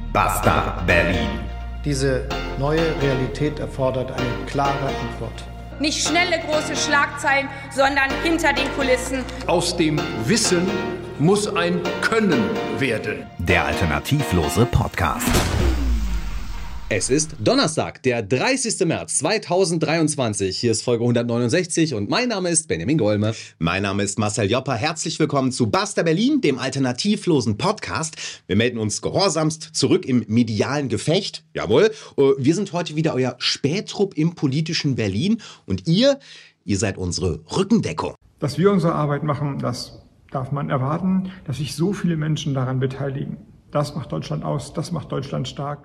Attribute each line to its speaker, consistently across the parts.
Speaker 1: Basta Berlin.
Speaker 2: Diese neue Realität erfordert eine klare Antwort.
Speaker 3: Nicht schnelle, große Schlagzeilen, sondern hinter den Kulissen.
Speaker 4: Aus dem Wissen muss ein Können werden.
Speaker 1: Der alternativlose Podcast.
Speaker 5: Es ist Donnerstag, der 30. März 2023. Hier ist Folge 169 und mein Name ist Benjamin Golme.
Speaker 6: Mein Name ist Marcel Jopper. Herzlich willkommen zu Basta Berlin, dem alternativlosen Podcast. Wir melden uns gehorsamst zurück im medialen Gefecht. Jawohl, wir sind heute wieder euer Spähtrupp im politischen Berlin und ihr seid unsere Rückendeckung.
Speaker 7: Dass wir unsere Arbeit machen, das darf man erwarten, dass sich so viele Menschen daran beteiligen. Das macht Deutschland aus, das macht Deutschland stark.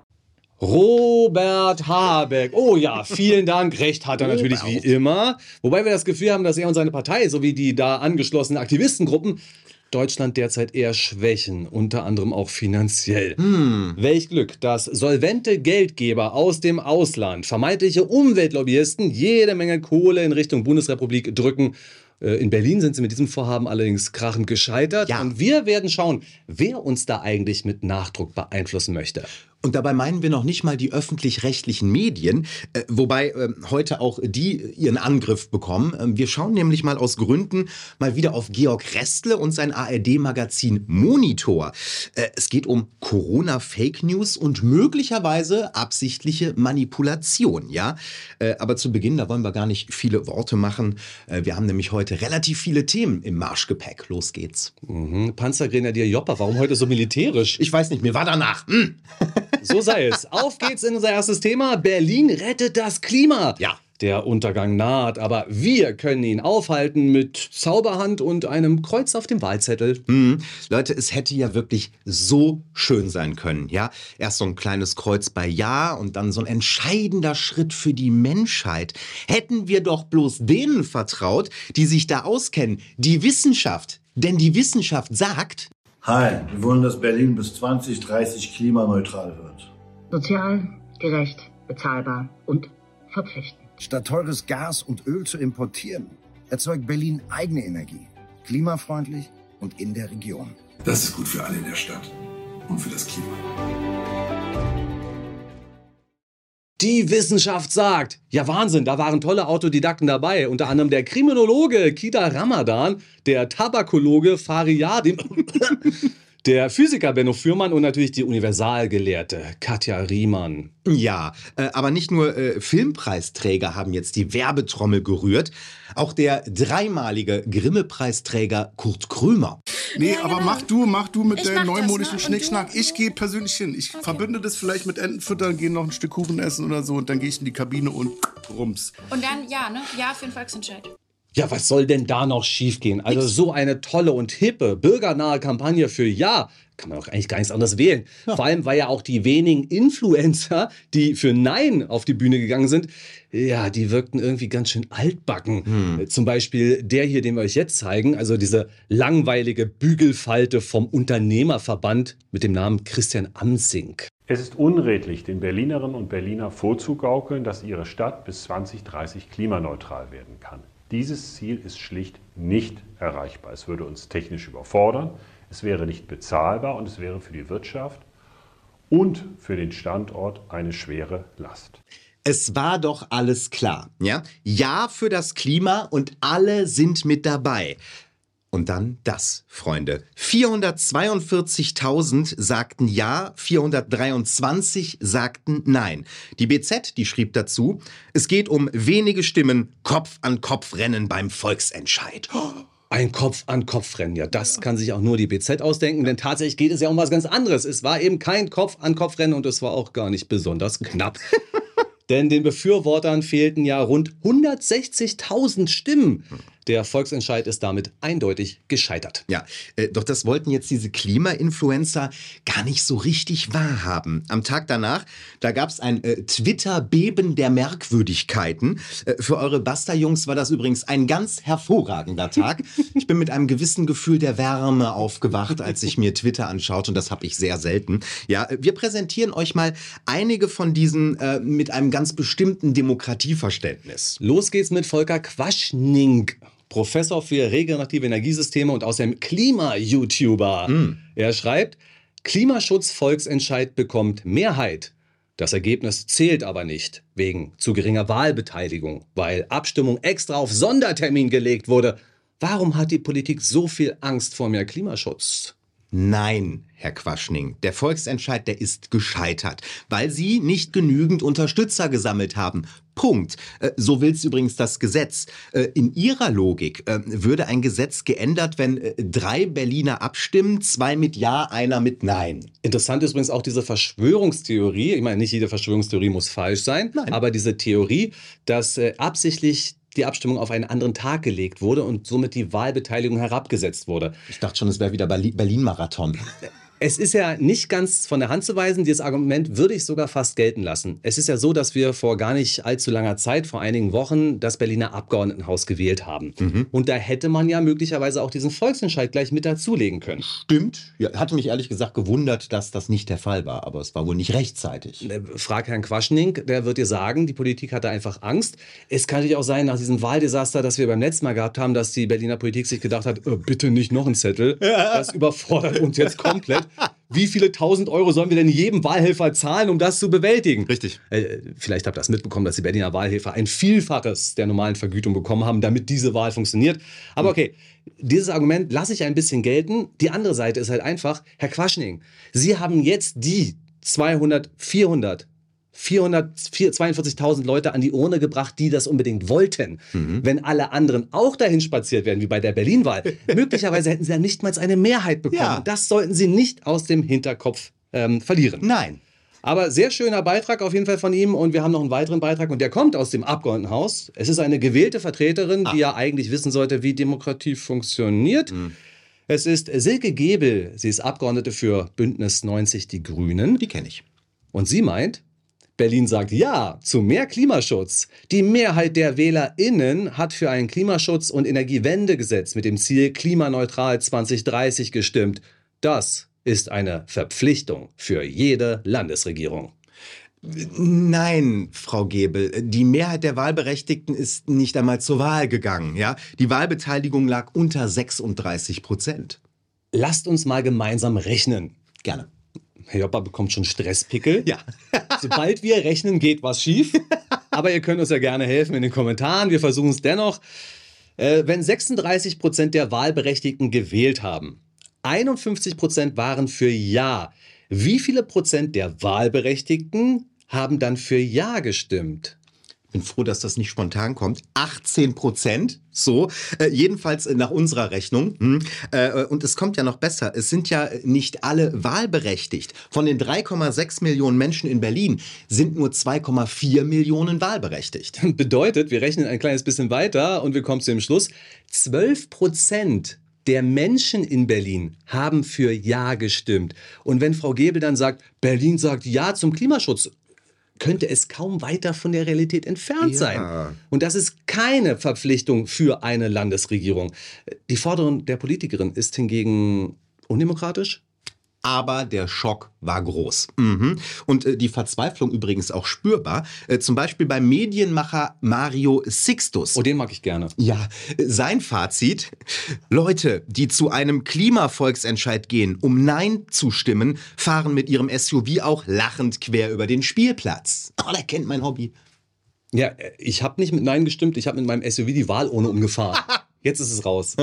Speaker 5: Robert Habeck. Oh ja, vielen Dank. Recht hat er natürlich wie immer. Wobei wir das Gefühl haben, dass er und seine Partei sowie die da angeschlossenen Aktivistengruppen Deutschland derzeit eher schwächen, unter anderem auch finanziell. Welch Glück, dass solvente Geldgeber aus dem Ausland, vermeintliche Umweltlobbyisten, jede Menge Kohle in Richtung Bundesrepublik drücken. In Berlin sind sie mit diesem Vorhaben allerdings krachend gescheitert. Ja. Und wir werden schauen, wer uns da eigentlich mit Nachdruck beeinflussen möchte.
Speaker 6: Und dabei meinen wir noch nicht mal die öffentlich-rechtlichen Medien, wobei heute auch die ihren Angriff bekommen. Wir schauen nämlich mal aus Gründen mal wieder auf Georg Restle und sein ARD-Magazin Monitor. Es geht um Corona-Fake News und möglicherweise absichtliche Manipulation, ja? Aber zu Beginn, da wollen wir gar nicht viele Worte machen. Wir haben nämlich heute relativ viele Themen im Marschgepäck. Los geht's.
Speaker 5: Panzergrenadier Jopper, warum heute so militärisch?
Speaker 6: Ich weiß nicht, mir war danach.
Speaker 5: So sei es. Auf geht's in unser erstes Thema. Berlin rettet das Klima.
Speaker 6: Ja.
Speaker 5: Der Untergang naht, aber wir können ihn aufhalten mit Zauberhand und einem Kreuz auf dem Wahlzettel.
Speaker 6: Leute, es hätte ja wirklich so schön sein können, ja? Erst so ein kleines Kreuz bei Ja und dann so ein entscheidender Schritt für die Menschheit. Hätten wir doch bloß denen vertraut, die sich da auskennen, die Wissenschaft. Denn die Wissenschaft sagt...
Speaker 8: Hi, wir wollen, dass Berlin bis 2030 klimaneutral wird.
Speaker 9: Sozial, gerecht, bezahlbar und verpflichtend.
Speaker 10: Statt teures Gas und Öl zu importieren, erzeugt Berlin eigene Energie. Klimafreundlich und in der Region.
Speaker 11: Das ist gut für alle in der Stadt und für das Klima.
Speaker 5: Die Wissenschaft sagt, ja Wahnsinn, da waren tolle Autodidakten dabei, unter anderem der Kriminologe Kida Ramadan, der Tabakologe Fariyadim, der Physiker Benno Fürmann und natürlich die Universalgelehrte Katja Riemann.
Speaker 6: Ja, aber nicht nur Filmpreisträger haben jetzt die Werbetrommel gerührt, auch der dreimalige Grimme-Preisträger Kurt Krömer.
Speaker 11: Nee, ja, aber mach du mit deinem neumodischen Schnickschnack. Ich gehe persönlich hin. Ich verbinde das vielleicht mit Entenfüttern, gehe noch ein Stück Kuchen essen oder so und dann gehe ich in die Kabine und rums.
Speaker 3: Und dann, Ja für den Volksentscheid.
Speaker 5: Ja, was soll denn da noch schiefgehen? Also so eine tolle und hippe, bürgernahe Kampagne für Ja, kann man doch eigentlich gar nichts anderes wählen. Ja. Vor allem, weil ja auch die wenigen Influencer, die für Nein auf die Bühne gegangen sind, ja, die wirkten irgendwie ganz schön altbacken. Zum Beispiel der hier, den wir euch jetzt zeigen, also diese langweilige Bügelfalte vom Unternehmerverband mit dem Namen Christian Amsing.
Speaker 12: Es ist unredlich, den Berlinerinnen und Berliner vorzugaukeln, dass ihre Stadt bis 2030 klimaneutral werden kann. Dieses Ziel ist schlicht nicht erreichbar. Es würde uns technisch überfordern, es wäre nicht bezahlbar und es wäre für die Wirtschaft und für den Standort eine schwere Last.
Speaker 6: Es war doch alles klar, ja? Ja für das Klima und alle sind mit dabei. Und dann das, Freunde. 442.000 sagten Ja, 423 sagten Nein. Die BZ, die schrieb dazu, es geht um wenige Stimmen, Kopf-an-Kopf-Rennen beim Volksentscheid.
Speaker 5: Ein Kopf-an-Kopf-Rennen, ja, das kann sich auch nur die BZ ausdenken, denn tatsächlich geht es ja um was ganz anderes. Es war eben kein Kopf-an-Kopf-Rennen und es war auch gar nicht besonders knapp. Denn den Befürwortern fehlten ja rund 160.000 Stimmen. Der Volksentscheid ist damit eindeutig gescheitert.
Speaker 6: Ja, doch das wollten jetzt diese Klima-Influencer gar nicht so richtig wahrhaben. Am Tag danach, da gab es ein Twitter-Beben der Merkwürdigkeiten. Für eure Basta-Jungs war das übrigens ein ganz hervorragender Tag. Ich bin mit einem gewissen Gefühl der Wärme aufgewacht, als ich mir Twitter anschaute, und das habe ich sehr selten. Ja, wir präsentieren euch mal einige von diesen mit einem ganz bestimmten Demokratieverständnis.
Speaker 5: Los geht's mit Volker Quaschning. Professor für regenerative Energiesysteme und außerdem Klima-YouTuber. Er schreibt, Klimaschutz-Volksentscheid bekommt Mehrheit. Das Ergebnis zählt aber nicht, wegen zu geringer Wahlbeteiligung, weil Abstimmung extra auf Sondertermin gelegt wurde. Warum hat die Politik so viel Angst vor mehr Klimaschutz?
Speaker 6: Nein, Herr Quaschning, der Volksentscheid, der ist gescheitert, weil Sie nicht genügend Unterstützer gesammelt haben. Punkt. So will's übrigens das Gesetz. In Ihrer Logik würde ein Gesetz geändert, wenn 3 Berliner abstimmen, 2 mit Ja, 1 mit Nein.
Speaker 5: Interessant ist übrigens auch diese Verschwörungstheorie. Ich meine, nicht jede Verschwörungstheorie muss falsch sein,
Speaker 6: Nein.
Speaker 5: Aber diese Theorie, dass absichtlich die Abstimmung auf einen anderen Tag gelegt wurde und somit die Wahlbeteiligung herabgesetzt wurde.
Speaker 6: Ich dachte schon, es wäre wieder Berlin-Marathon.
Speaker 5: Es ist ja nicht ganz von der Hand zu weisen. Dieses Argument würde ich sogar fast gelten lassen. Es ist ja so, dass wir vor gar nicht allzu langer Zeit, vor einigen Wochen, das Berliner Abgeordnetenhaus gewählt haben. Und da hätte man ja möglicherweise auch diesen Volksentscheid gleich mit dazulegen können.
Speaker 6: Stimmt. Ja, hatte mich ehrlich gesagt gewundert, dass das nicht der Fall war. Aber es war wohl nicht rechtzeitig.
Speaker 5: Frag Herrn Quaschning, der wird dir sagen, die Politik hatte einfach Angst. Es kann natürlich auch sein, nach diesem Wahldesaster, das wir beim letzten Mal gehabt haben, dass die Berliner Politik sich gedacht hat, bitte nicht noch ein Zettel. Das überfordert uns jetzt komplett. Wie viele 1.000 Euro sollen wir denn jedem Wahlhelfer zahlen, um das zu bewältigen?
Speaker 6: Richtig.
Speaker 5: Vielleicht habt ihr das mitbekommen, dass die Berliner Wahlhelfer ein Vielfaches der normalen Vergütung bekommen haben, damit diese Wahl funktioniert. Aber okay, dieses Argument lasse ich ein bisschen gelten. Die andere Seite ist halt einfach, Herr Quaschning, Sie haben jetzt die 442.000 Leute an die Urne gebracht, die das unbedingt wollten. Wenn alle anderen auch dahin spaziert werden, wie bei der Berlin-Wahl, möglicherweise hätten sie dann nicht mal eine Mehrheit bekommen.
Speaker 6: Ja.
Speaker 5: Das sollten sie nicht aus dem Hinterkopf verlieren.
Speaker 6: Nein.
Speaker 5: Aber sehr schöner Beitrag auf jeden Fall von ihm und wir haben noch einen weiteren Beitrag und der kommt aus dem Abgeordnetenhaus. Es ist eine gewählte Vertreterin, die ja eigentlich wissen sollte, wie Demokratie funktioniert. Es ist Silke Gebel, sie ist Abgeordnete für Bündnis 90 Die Grünen.
Speaker 6: Die kenne ich.
Speaker 5: Und sie meint, Berlin sagt Ja zu mehr Klimaschutz. Die Mehrheit der WählerInnen hat für ein Klimaschutz- und Energiewendegesetz mit dem Ziel klimaneutral 2030 gestimmt. Das ist eine Verpflichtung für jede Landesregierung.
Speaker 6: Nein, Frau Gebel, die Mehrheit der Wahlberechtigten ist nicht einmal zur Wahl gegangen. Ja? Die Wahlbeteiligung lag unter 36%.
Speaker 5: Lasst uns mal gemeinsam rechnen.
Speaker 6: Gerne.
Speaker 5: Herr Joppa bekommt schon Stresspickel.
Speaker 6: Ja.
Speaker 5: Sobald wir rechnen, geht was schief. Aber ihr könnt uns ja gerne helfen in den Kommentaren. Wir versuchen es dennoch. Wenn 36% der Wahlberechtigten gewählt haben, 51% waren für Ja. Wie viele Prozent der Wahlberechtigten haben dann für Ja gestimmt?
Speaker 6: Ich bin froh, dass das nicht spontan kommt. 18%, so, jedenfalls nach unserer Rechnung. Und es kommt ja noch besser. Es sind ja nicht alle wahlberechtigt. Von den 3,6 Millionen Menschen in Berlin sind nur 2,4 Millionen wahlberechtigt.
Speaker 5: Bedeutet, wir rechnen ein kleines bisschen weiter und wir kommen zu dem Schluss. 12% der Menschen in Berlin haben für Ja gestimmt. Und wenn Frau Gebel dann sagt, Berlin sagt Ja zum Klimaschutz, könnte es kaum weiter von der Realität entfernt sein. Und das ist keine Verpflichtung für eine Landesregierung. Die Forderung der Politikerin ist hingegen undemokratisch.
Speaker 6: Aber der Schock war groß. Und die Verzweiflung übrigens auch spürbar. Zum Beispiel beim Medienmacher Mario Sixtus.
Speaker 5: Oh, den mag ich gerne.
Speaker 6: Ja, sein Fazit: Leute, die zu einem Klimavolksentscheid gehen, um Nein zu stimmen, fahren mit ihrem SUV auch lachend quer über den Spielplatz. Oh, der kennt mein Hobby.
Speaker 5: Ja, ich habe nicht mit Nein gestimmt, ich habe mit meinem SUV die Wahlurne umgefahren. Jetzt ist es raus.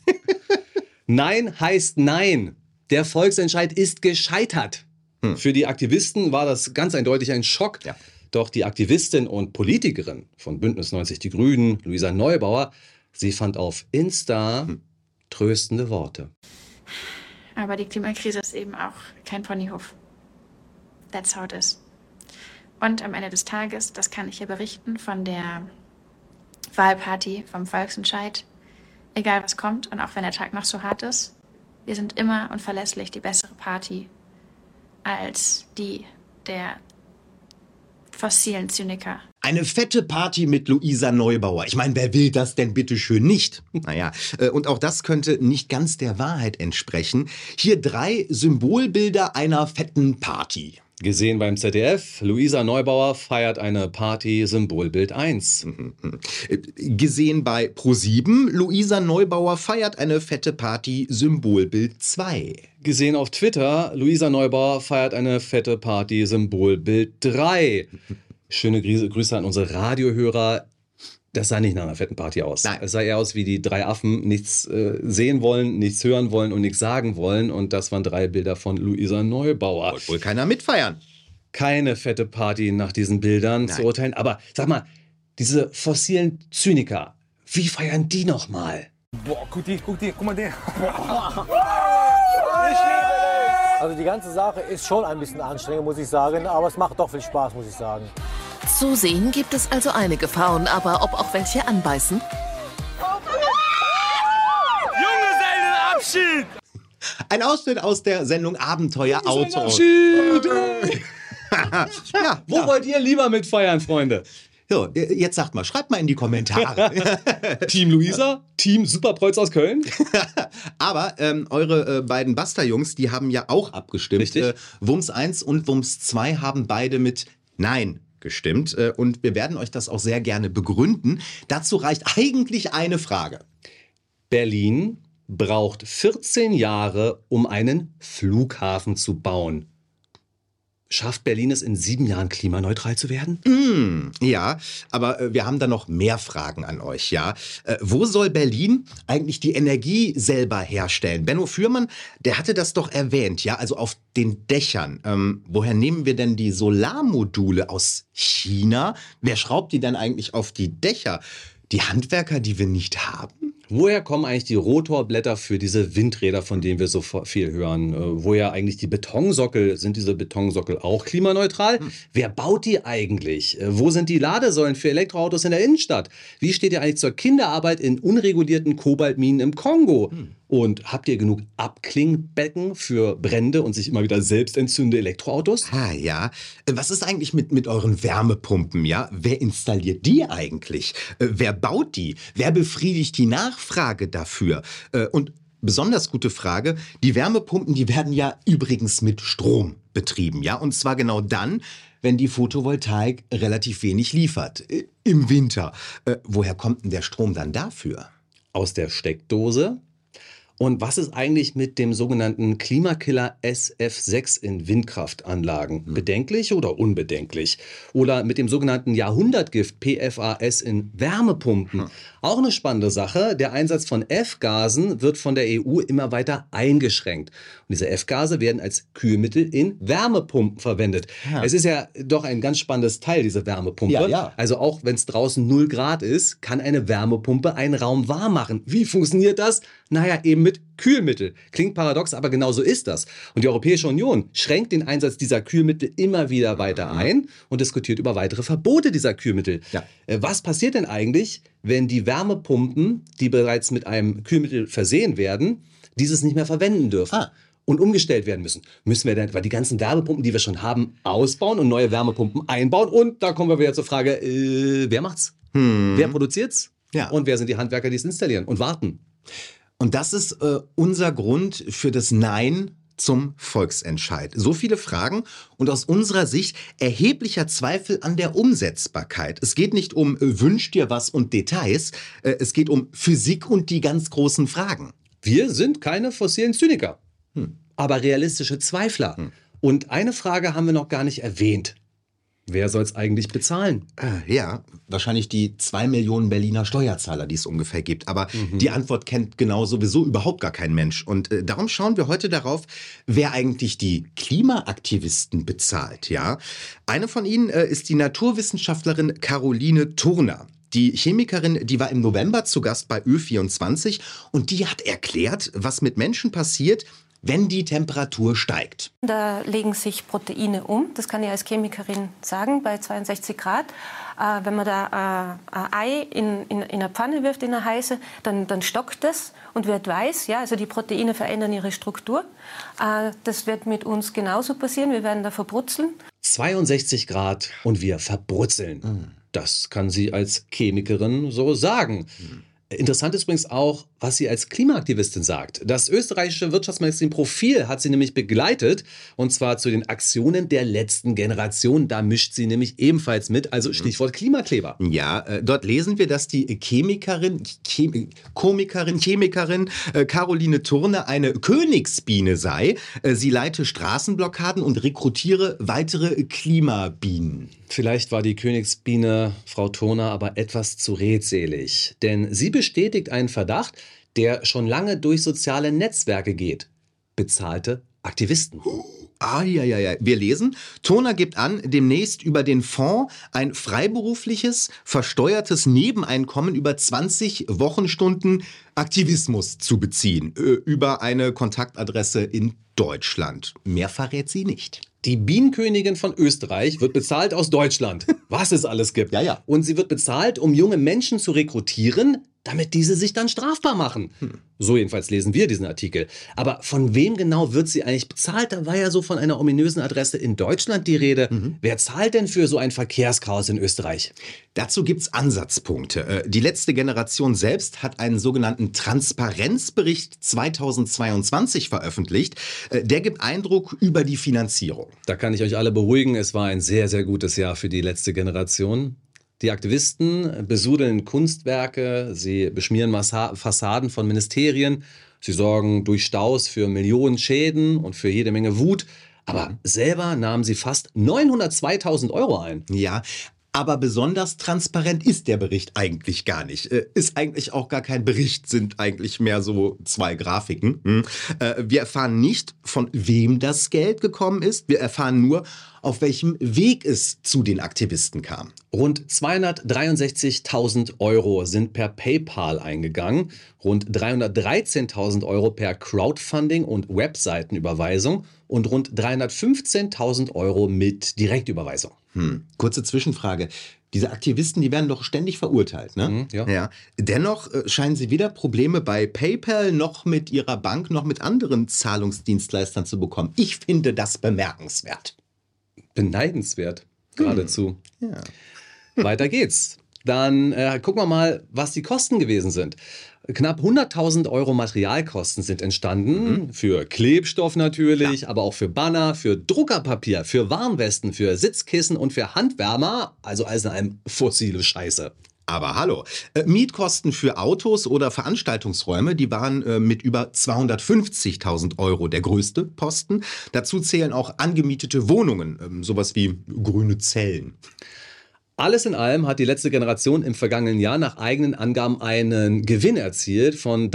Speaker 5: Nein heißt Nein. Der Volksentscheid ist gescheitert. Für die Aktivisten war das ganz eindeutig ein Schock. Ja. Doch die Aktivistin und Politikerin von Bündnis 90 Die Grünen, Luisa Neubauer, sie fand auf Insta tröstende Worte.
Speaker 13: Aber die Klimakrise ist eben auch kein Ponyhof. That's how it is. Und am Ende des Tages, das kann ich hier berichten von der Wahlparty vom Volksentscheid, egal was kommt und auch wenn der Tag noch so hart ist, wir sind immer und verlässlich die bessere Party als die der fossilen Zyniker.
Speaker 6: Eine fette Party mit Luisa Neubauer. Ich meine, wer will das denn bitte schön nicht? Naja, und auch das könnte nicht ganz der Wahrheit entsprechen. Hier 3 Symbolbilder einer fetten Party.
Speaker 5: Gesehen beim ZDF, Luisa Neubauer feiert eine Party, Symbolbild 1.
Speaker 6: Gesehen bei ProSieben, Luisa Neubauer feiert eine fette Party, Symbolbild 2.
Speaker 5: Gesehen auf Twitter, Luisa Neubauer feiert eine fette Party, Symbolbild 3. Schöne Grüße an unsere Radiohörer. Das sah nicht nach einer fetten Party aus.
Speaker 6: Nein.
Speaker 5: Es sah eher aus wie die drei Affen, nichts sehen wollen, nichts hören wollen und nichts sagen wollen. Und das waren 3 Bilder von Luisa Neubauer.
Speaker 6: Wollte wohl keiner mitfeiern.
Speaker 5: Keine fette Party nach diesen Bildern zu urteilen. Aber sag mal, diese fossilen Zyniker, wie feiern die nochmal?
Speaker 14: Boah, guck mal den. Also die ganze Sache ist schon ein bisschen anstrengend, muss ich sagen. Aber es macht doch viel Spaß, muss ich sagen.
Speaker 15: Zu sehen gibt es also einige Frauen, aber ob auch welche anbeißen?
Speaker 14: Junggesellenabschied!
Speaker 6: Ein Ausschnitt aus der Sendung Abenteuer Auto.
Speaker 5: Ja, wo wollt ihr lieber mitfeiern, Freunde?
Speaker 6: So, jetzt sagt mal, schreibt mal in die Kommentare.
Speaker 5: Team Luisa, Team Superpreuß aus Köln.
Speaker 6: Aber eure beiden Buster-Jungs, die haben ja auch abgestimmt.
Speaker 5: Richtig.
Speaker 6: Wumms 1 und Wumms 2 haben beide mit Nein gestimmt. Und wir werden euch das auch sehr gerne begründen. Dazu reicht eigentlich eine Frage.
Speaker 5: Berlin braucht 14 Jahre, um einen Flughafen zu bauen. Schafft Berlin es in 7 Jahren klimaneutral zu werden?
Speaker 6: Ja, aber wir haben da noch mehr Fragen an euch, ja. Wo soll Berlin eigentlich die Energie selber herstellen? Benno Fürmann, der hatte das doch erwähnt, ja, also auf den Dächern. Woher nehmen wir denn die Solarmodule? Aus China? Wer schraubt die denn eigentlich auf die Dächer? Die Handwerker, die wir nicht haben?
Speaker 5: Woher kommen eigentlich die Rotorblätter für diese Windräder, von denen wir so viel hören? Woher eigentlich die Betonsockel? Sind diese Betonsockel auch klimaneutral? Wer baut die eigentlich? Wo sind die Ladesäulen für Elektroautos in der Innenstadt? Wie steht ihr eigentlich zur Kinderarbeit in unregulierten Kobaltminen im Kongo? Und habt ihr genug Abklingbecken für Brände und sich immer wieder selbst entzündende Elektroautos?
Speaker 6: Ah ja. Was ist eigentlich mit euren Wärmepumpen, ja? Wer installiert die eigentlich? Wer baut die? Wer befriedigt die Nachfrage dafür? Und besonders gute Frage, die Wärmepumpen, die werden ja übrigens mit Strom betrieben, ja? Und zwar genau dann, wenn die Photovoltaik relativ wenig liefert. Im Winter. Woher kommt denn der Strom dann dafür?
Speaker 5: Aus der Steckdose? Und was ist eigentlich mit dem sogenannten Klimakiller SF6 in Windkraftanlagen? Bedenklich oder unbedenklich? Oder mit dem sogenannten Jahrhundertgift PFAS in Wärmepumpen? Auch eine spannende Sache. Der Einsatz von F-Gasen wird von der EU immer weiter eingeschränkt. Und diese F-Gase werden als Kühlmittel in Wärmepumpen verwendet. Ja. Es ist ja doch ein ganz spannendes Teil, diese Wärmepumpe.
Speaker 6: Ja.
Speaker 5: Also auch wenn es draußen 0 Grad ist, kann eine Wärmepumpe einen Raum warm machen. Wie funktioniert das? Naja, eben mit Kühlmittel. Klingt paradox, aber genau so ist das. Und die Europäische Union schränkt den Einsatz dieser Kühlmittel immer wieder weiter ein und diskutiert über weitere Verbote dieser Kühlmittel.
Speaker 6: Ja.
Speaker 5: Was passiert denn eigentlich, wenn die Wärmepumpen, die bereits mit einem Kühlmittel versehen werden, dieses nicht mehr verwenden dürfen? Und umgestellt werden müssen. Müssen wir dann, weil die ganzen Wärmepumpen, die wir schon haben, ausbauen und neue Wärmepumpen einbauen? Und da kommen wir wieder zur Frage, wer macht's? Wer produziert's?
Speaker 6: Ja.
Speaker 5: Und wer sind die Handwerker, die es installieren und warten?
Speaker 6: Und das ist unser Grund für das Nein zum Volksentscheid. So viele Fragen und aus unserer Sicht erheblicher Zweifel an der Umsetzbarkeit. Es geht nicht um wünsch dir was und Details, es geht um Physik und die ganz großen Fragen.
Speaker 5: Wir sind keine fossilen Zyniker, aber realistische Zweifler. Und eine Frage haben wir noch gar nicht erwähnt. Wer soll es eigentlich bezahlen?
Speaker 6: Ja, wahrscheinlich die 2 Millionen Berliner Steuerzahler, die es ungefähr gibt. Aber die Antwort kennt genau sowieso überhaupt gar kein Mensch. Und darum schauen wir heute darauf, wer eigentlich die Klimaaktivisten bezahlt. Ja? Eine von ihnen ist die Naturwissenschaftlerin Caroline Turner. Die Chemikerin, die war im November zu Gast bei Ö24 und die hat erklärt, was mit Menschen passiert, wenn die Temperatur steigt.
Speaker 16: Da legen sich Proteine um, das kann ich als Chemikerin sagen, bei 62 Grad. Wenn man da ein Ei in eine Pfanne wirft, in eine heiße, dann stockt das und wird weiß. Ja, also die Proteine verändern ihre Struktur. Das wird mit uns genauso passieren, wir werden da verbrutzeln.
Speaker 5: 62 Grad und wir verbrutzeln. Das kann sie als Chemikerin so sagen. Interessant ist übrigens auch, was sie als Klimaaktivistin sagt. Das österreichische Wirtschaftsmagazin Profil hat sie nämlich begleitet, und zwar zu den Aktionen der letzten Generation. Da mischt sie nämlich ebenfalls mit, also Stichwort Klimakleber.
Speaker 6: Ja, dort lesen wir, dass die Chemikerin Caroline Thurne eine Königsbiene sei. Sie leite Straßenblockaden und rekrutiere weitere Klimabienen.
Speaker 5: Vielleicht war die Königsbiene Frau Thurne aber etwas zu redselig, denn sie bestätigt einen Verdacht, der schon lange durch soziale Netzwerke geht. Bezahlte Aktivisten.
Speaker 6: Ja. Wir lesen, Thurner gibt an, demnächst über den Fonds ein freiberufliches, versteuertes Nebeneinkommen über 20 Wochenstunden Aktivismus zu beziehen. Über eine Kontaktadresse in Deutschland. Mehr verrät sie nicht.
Speaker 5: Die Bienenkönigin von Österreich wird bezahlt aus Deutschland, was es alles gibt.
Speaker 6: Ja.
Speaker 5: Und sie wird bezahlt, um junge Menschen zu rekrutieren, damit diese sich dann strafbar machen. So jedenfalls lesen wir diesen Artikel. Aber von wem genau wird sie eigentlich bezahlt? Da war ja so von einer ominösen Adresse in Deutschland die Rede. Wer zahlt denn für so ein Verkehrschaos in Österreich?
Speaker 6: Dazu gibt's Ansatzpunkte. Die letzte Generation selbst hat einen sogenannten Transparenzbericht 2022 veröffentlicht. Der gibt Eindruck über die Finanzierung.
Speaker 5: Da kann ich euch alle beruhigen. Es war ein sehr, sehr gutes Jahr für die letzte Generation. Die Aktivisten besudeln Kunstwerke, sie beschmieren Fassaden von Ministerien, sie sorgen durch Staus für Millionen Schäden und für jede Menge Wut. Aber selber nahmen sie fast 902.000 € ein.
Speaker 6: Ja, aber besonders transparent ist der Bericht eigentlich gar nicht. Ist eigentlich auch gar kein Bericht, sind eigentlich mehr so 2 Grafiken. Wir erfahren nicht, von wem das Geld gekommen ist. Wir erfahren nur, auf welchem Weg es zu den Aktivisten kam.
Speaker 5: Rund 263.000 € sind per PayPal eingegangen, rund 313.000 € per Crowdfunding und Webseitenüberweisung und rund 315.000 € mit Direktüberweisung.
Speaker 6: Kurze Zwischenfrage. Diese Aktivisten, die werden doch ständig verurteilt, ne? Ja. Dennoch scheinen sie weder Probleme bei PayPal noch mit ihrer Bank noch mit anderen Zahlungsdienstleistern zu bekommen. Ich finde das bemerkenswert.
Speaker 5: Beneidenswert, geradezu.
Speaker 6: Ja.
Speaker 5: Weiter geht's. Dann gucken wir mal, was die Kosten gewesen sind. Knapp 100.000 € Materialkosten sind entstanden. Für Klebstoff natürlich, aber auch für Banner, für Druckerpapier, für Warnwesten, für Sitzkissen und für Handwärmer. Also alles in einem fossile Scheiße.
Speaker 6: Aber hallo, Mietkosten für Autos oder Veranstaltungsräume, die waren mit über 250.000 € der größte Posten. Dazu zählen auch angemietete Wohnungen, sowas wie grüne Zellen.
Speaker 5: Alles in allem hat die letzte Generation im vergangenen Jahr nach eigenen Angaben einen Gewinn erzielt von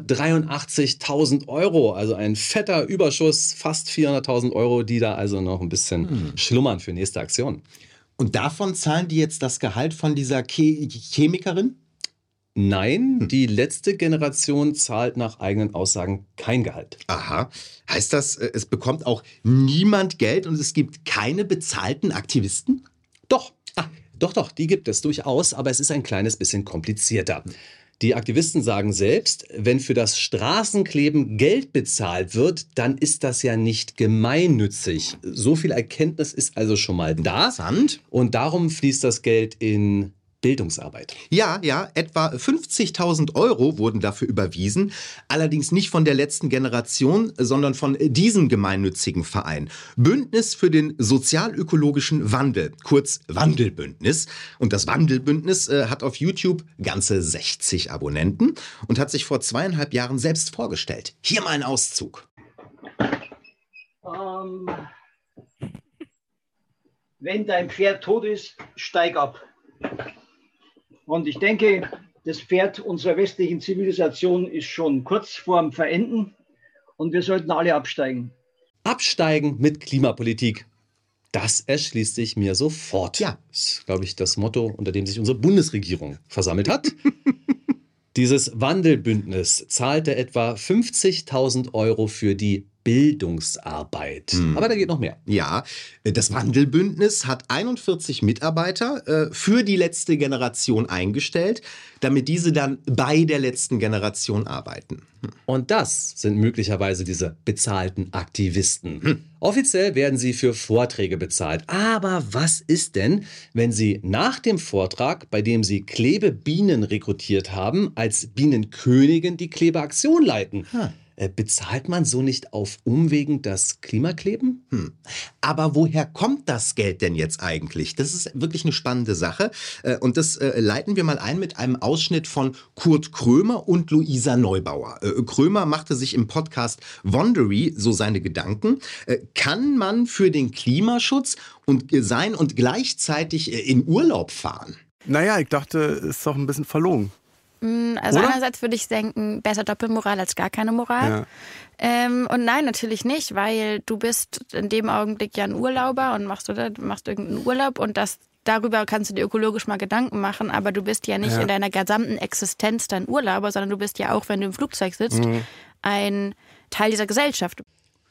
Speaker 5: 383.000 €. Also ein fetter Überschuss, fast 400.000 €, die da also noch ein bisschen schlummern für nächste Aktion.
Speaker 6: Und davon zahlen die jetzt das Gehalt von dieser Chemikerin?
Speaker 5: Nein, die letzte Generation zahlt nach eigenen Aussagen kein Gehalt.
Speaker 6: Aha. Heißt das, es bekommt auch niemand Geld und es gibt keine bezahlten Aktivisten?
Speaker 5: Doch, die gibt es durchaus, aber es ist ein kleines bisschen komplizierter. Die Aktivisten sagen selbst, wenn für das Straßenkleben Geld bezahlt wird, dann ist das ja nicht gemeinnützig. So viel Erkenntnis ist also schon mal da.
Speaker 6: Interessant.
Speaker 5: Und darum fließt das Geld in Bildungsarbeit.
Speaker 6: Ja, etwa 50.000 € wurden dafür überwiesen, allerdings nicht von der letzten Generation, sondern von diesem gemeinnützigen Verein. Bündnis für den sozial-ökologischen Wandel, kurz Wandelbündnis. Und das Wandelbündnis hat auf YouTube ganze 60 Abonnenten und hat sich vor 2,5 Jahren selbst vorgestellt. Hier mal ein Auszug.
Speaker 17: Wenn dein Pferd tot ist, steig ab. Und ich denke, das Pferd unserer westlichen Zivilisation ist schon kurz vorm Verenden und wir sollten alle absteigen.
Speaker 5: Absteigen mit Klimapolitik. Das erschließt sich mir sofort.
Speaker 6: Ja.
Speaker 5: Das ist, glaube ich, das Motto, unter dem sich unsere Bundesregierung versammelt hat. Dieses Wandelbündnis zahlte etwa 50.000 € für die Bildungsarbeit. Aber da geht noch mehr.
Speaker 6: Ja, das Wandelbündnis hat 41 Mitarbeiter für die letzte Generation eingestellt, damit diese dann bei der letzten Generation arbeiten.
Speaker 5: Und das sind möglicherweise diese bezahlten Aktivisten. Offiziell werden sie für Vorträge bezahlt. Aber was ist denn, wenn sie nach dem Vortrag, bei dem sie Klebebienen rekrutiert haben, als Bienenkönigin die Klebeaktion leiten? Bezahlt man so nicht auf Umwegen das Klimakleben?
Speaker 6: Aber woher kommt das Geld denn jetzt eigentlich? Das ist wirklich eine spannende Sache. Und das leiten wir mal ein mit einem Ausschnitt von Kurt Krömer und Luisa Neubauer. Krömer machte sich im Podcast Wondery so seine Gedanken. Kann man für den Klimaschutz sein und gleichzeitig in Urlaub fahren?
Speaker 11: Naja, ich dachte, ist doch ein bisschen verlogen.
Speaker 13: Also
Speaker 11: Oder?
Speaker 13: einerseits würde ich denken, besser Doppelmoral als gar keine Moral.
Speaker 11: Ja.
Speaker 13: Und nein, natürlich nicht, weil du bist in dem Augenblick ja ein Urlauber und machst irgendeinen Urlaub und darüber kannst du dir ökologisch mal Gedanken machen, aber du bist ja nicht in deiner gesamten Existenz dein Urlauber, sondern du bist ja auch, wenn du im Flugzeug sitzt, ein Teil dieser Gesellschaft.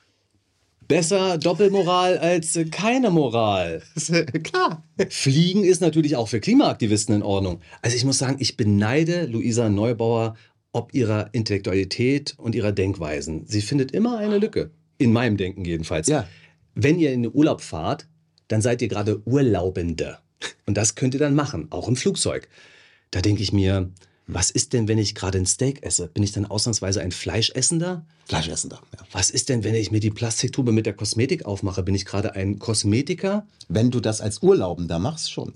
Speaker 5: Besser Doppelmoral als keine Moral.
Speaker 6: Klar.
Speaker 5: Fliegen ist natürlich auch für Klimaaktivisten in Ordnung. Also ich muss sagen, ich beneide Luisa Neubauer ob ihrer Intellektualität und ihrer Denkweisen. Sie findet immer eine Lücke. In meinem Denken jedenfalls.
Speaker 6: Ja.
Speaker 5: Wenn ihr in den Urlaub fahrt, dann seid ihr gerade Urlaubende. Und das könnt ihr dann machen, auch im Flugzeug. Da denke ich mir, was ist denn, wenn ich gerade ein Steak esse? Bin ich dann ausnahmsweise ein Fleischessender?
Speaker 6: Fleischessender, ja.
Speaker 5: Was ist denn, wenn ich mir die Plastiktube mit der Kosmetik aufmache? Bin ich gerade ein Kosmetiker?
Speaker 6: Wenn du das als Urlaubender machst, schon.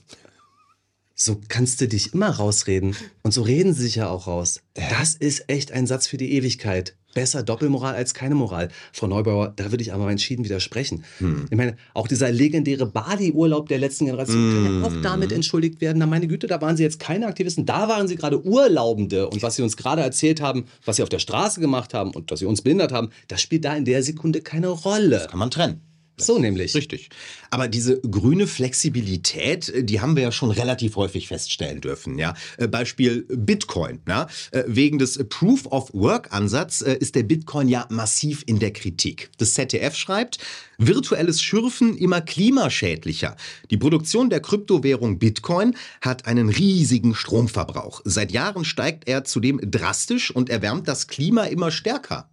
Speaker 5: So kannst du dich immer rausreden. Und so reden sie sich ja auch raus. Das ist echt ein Satz für die Ewigkeit. Besser Doppelmoral als keine Moral. Frau Neubauer, da würde ich aber entschieden widersprechen. Ich meine, auch dieser legendäre Bali-Urlaub der letzten Generation kann ja auch damit entschuldigt werden. Na meine Güte, da waren sie jetzt keine Aktivisten, da waren sie gerade Urlaubende. Und was sie uns gerade erzählt haben, was sie auf der Straße gemacht haben und dass sie uns behindert haben, das spielt da in der Sekunde keine Rolle.
Speaker 6: Das kann man trennen.
Speaker 5: So nämlich.
Speaker 6: Richtig. Aber diese grüne Flexibilität, die haben wir ja schon relativ häufig feststellen dürfen. Ja? Beispiel Bitcoin. Ja? Wegen des Proof-of-Work-Ansatz ist der Bitcoin ja massiv in der Kritik. Das ZDF schreibt, virtuelles Schürfen immer klimaschädlicher. Die Produktion der Kryptowährung Bitcoin hat einen riesigen Stromverbrauch. Seit Jahren steigt er zudem drastisch und erwärmt das Klima immer stärker.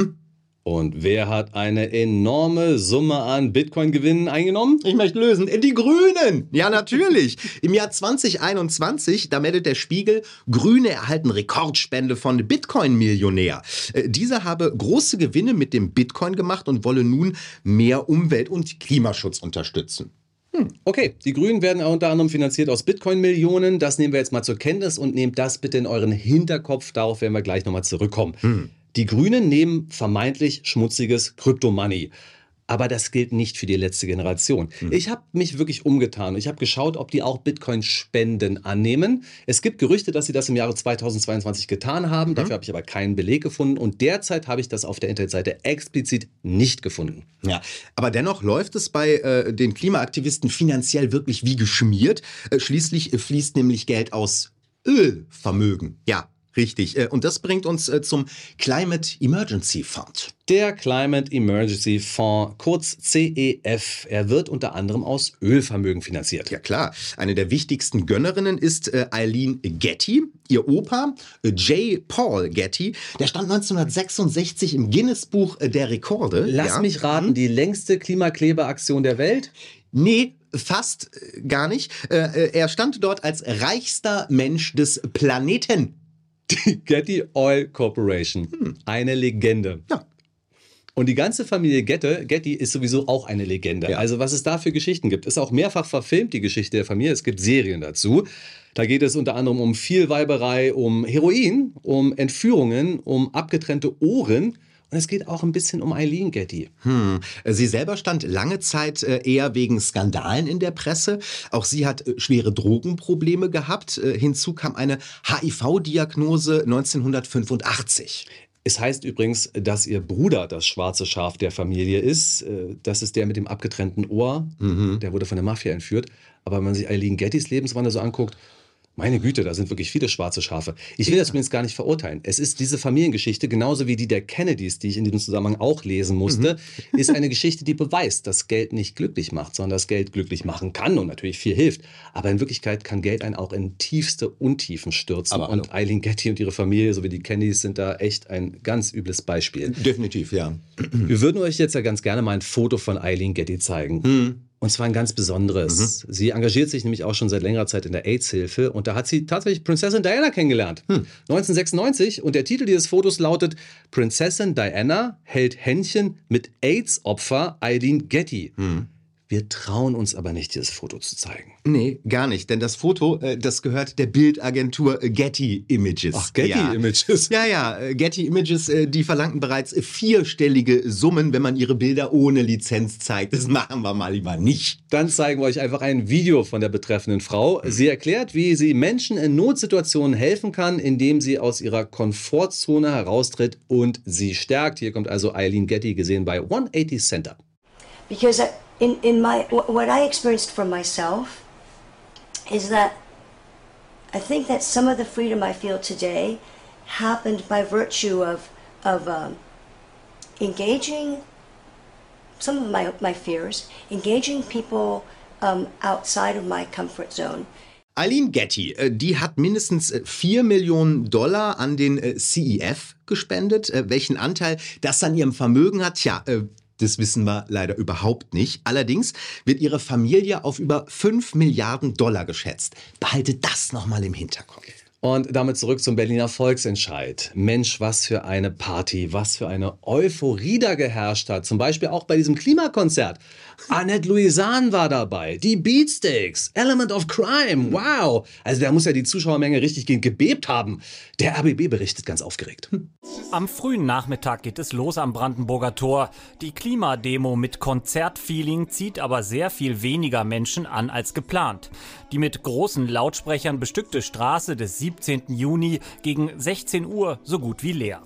Speaker 5: Und wer hat eine enorme Summe an Bitcoin-Gewinnen eingenommen?
Speaker 6: Ich möchte lösen. Die Grünen! Ja, natürlich. Im Jahr 2021, da meldet der Spiegel, Grüne erhalten Rekordspende von Bitcoin-Millionär. Dieser habe große Gewinne mit dem Bitcoin gemacht und wolle nun mehr Umwelt- und Klimaschutz unterstützen.
Speaker 5: Okay, die Grünen werden unter anderem finanziert aus Bitcoin-Millionen. Das nehmen wir jetzt mal zur Kenntnis und nehmt das bitte in euren Hinterkopf. Darauf werden wir gleich nochmal zurückkommen. Die Grünen nehmen vermeintlich schmutziges Kryptomoney. Aber das gilt nicht für die letzte Generation. Ich habe mich wirklich umgetan. Ich habe geschaut, ob die auch Bitcoin-Spenden annehmen. Es gibt Gerüchte, dass sie das im Jahre 2022 getan haben. Dafür habe ich aber keinen Beleg gefunden. Und derzeit habe ich das auf der Internetseite explizit nicht gefunden.
Speaker 6: Ja, aber dennoch läuft es bei den Klimaaktivisten finanziell wirklich wie geschmiert. Schließlich fließt nämlich Geld aus Ölvermögen. Ja. Richtig. Und das bringt uns zum Climate Emergency Fund.
Speaker 5: Der Climate Emergency Fund, kurz CEF. Er wird unter anderem aus Ölvermögen finanziert.
Speaker 6: Ja klar. Eine der wichtigsten Gönnerinnen ist Eileen Getty. Ihr Opa, J. Paul Getty, der stand 1966 im Guinness-Buch der Rekorde.
Speaker 5: Lass mich raten, die längste Klimaklebeaktion der Welt?
Speaker 6: Nee, fast gar nicht. Er stand dort als reichster Mensch des Planeten.
Speaker 5: Die Getty Oil Corporation. Eine Legende.
Speaker 6: Ja.
Speaker 5: Und die ganze Familie Getty ist sowieso auch eine Legende. Ja. Also was es da für Geschichten gibt, ist auch mehrfach verfilmt, die Geschichte der Familie. Es gibt Serien dazu. Da geht es unter anderem um Vielweiberei, um Heroin, um Entführungen, um abgetrennte Ohren. Und es geht auch ein bisschen um Eileen Getty.
Speaker 6: Sie selber stand lange Zeit eher wegen Skandalen in der Presse. Auch sie hat schwere Drogenprobleme gehabt. Hinzu kam eine HIV-Diagnose 1985.
Speaker 5: Es heißt übrigens, dass ihr Bruder das schwarze Schaf der Familie ist. Das ist der mit dem abgetrennten Ohr. Der wurde von der Mafia entführt. Aber wenn man sich Eileen Gettys Lebenswandel so anguckt, Meine Güte, da sind wirklich viele schwarze Schafe. Ich will das übrigens gar nicht verurteilen. Es ist diese Familiengeschichte, genauso wie die der Kennedys, die ich in diesem Zusammenhang auch lesen musste, ist eine Geschichte, die beweist, dass Geld nicht glücklich macht, sondern dass Geld glücklich machen kann und natürlich viel hilft. Aber in Wirklichkeit kann Geld einen auch in tiefste Untiefen stürzen. Und Eileen Getty und ihre Familie sowie die Kennedys sind da echt ein ganz übles Beispiel.
Speaker 6: Definitiv, ja.
Speaker 5: Wir würden euch jetzt ja ganz gerne mal ein Foto von Eileen Getty zeigen. Und zwar ein ganz besonderes. Sie engagiert sich nämlich auch schon seit längerer Zeit in der AIDS-Hilfe und da hat sie tatsächlich Prinzessin Diana kennengelernt. 1996 und der Titel dieses Fotos lautet Prinzessin Diana hält Händchen mit AIDS-Opfer Eileen Getty. Wir trauen uns aber nicht, dieses Foto zu zeigen.
Speaker 6: Nee, gar nicht, denn das Foto, das gehört der Bildagentur Getty Images.
Speaker 5: Ach, Getty Images.
Speaker 6: Ja, Getty Images, die verlangten bereits 4-stellige Summen, wenn man ihre Bilder ohne Lizenz zeigt. Das machen wir mal lieber nicht.
Speaker 5: Dann zeigen wir euch einfach ein Video von der betreffenden Frau. Sie erklärt, wie sie Menschen in Notsituationen helfen kann, indem sie aus ihrer Komfortzone heraustritt und sie stärkt. Hier kommt also Eileen Getty, gesehen bei 180 Center.
Speaker 18: Because what I experienced for myself is that I think that some of the freedom I feel today happened by virtue of engaging some of my fears, engaging people outside of my comfort zone.
Speaker 6: Eileen Getty, die hat mindestens $4 Millionen an den CEF gespendet. Welchen Anteil das an ihrem Vermögen hat, das wissen wir leider überhaupt nicht. Allerdings wird ihre Familie auf über $5 Milliarden geschätzt. Behaltet das nochmal im Hinterkopf.
Speaker 5: Und damit zurück zum Berliner Volksentscheid. Mensch, was für eine Party, was für eine Euphorie da geherrscht hat. Zum Beispiel auch bei diesem Klimakonzert. Annette Louisan war dabei, die Beatsteaks, Element of Crime, wow. Also da muss ja die Zuschauermenge richtig gebebt haben. Der RBB berichtet ganz aufgeregt.
Speaker 19: Am frühen Nachmittag geht es los am Brandenburger Tor. Die Klimademo mit Konzertfeeling zieht aber sehr viel weniger Menschen an als geplant. Die mit großen Lautsprechern bestückte Straße des 17. Juni gegen 16 Uhr so gut wie leer.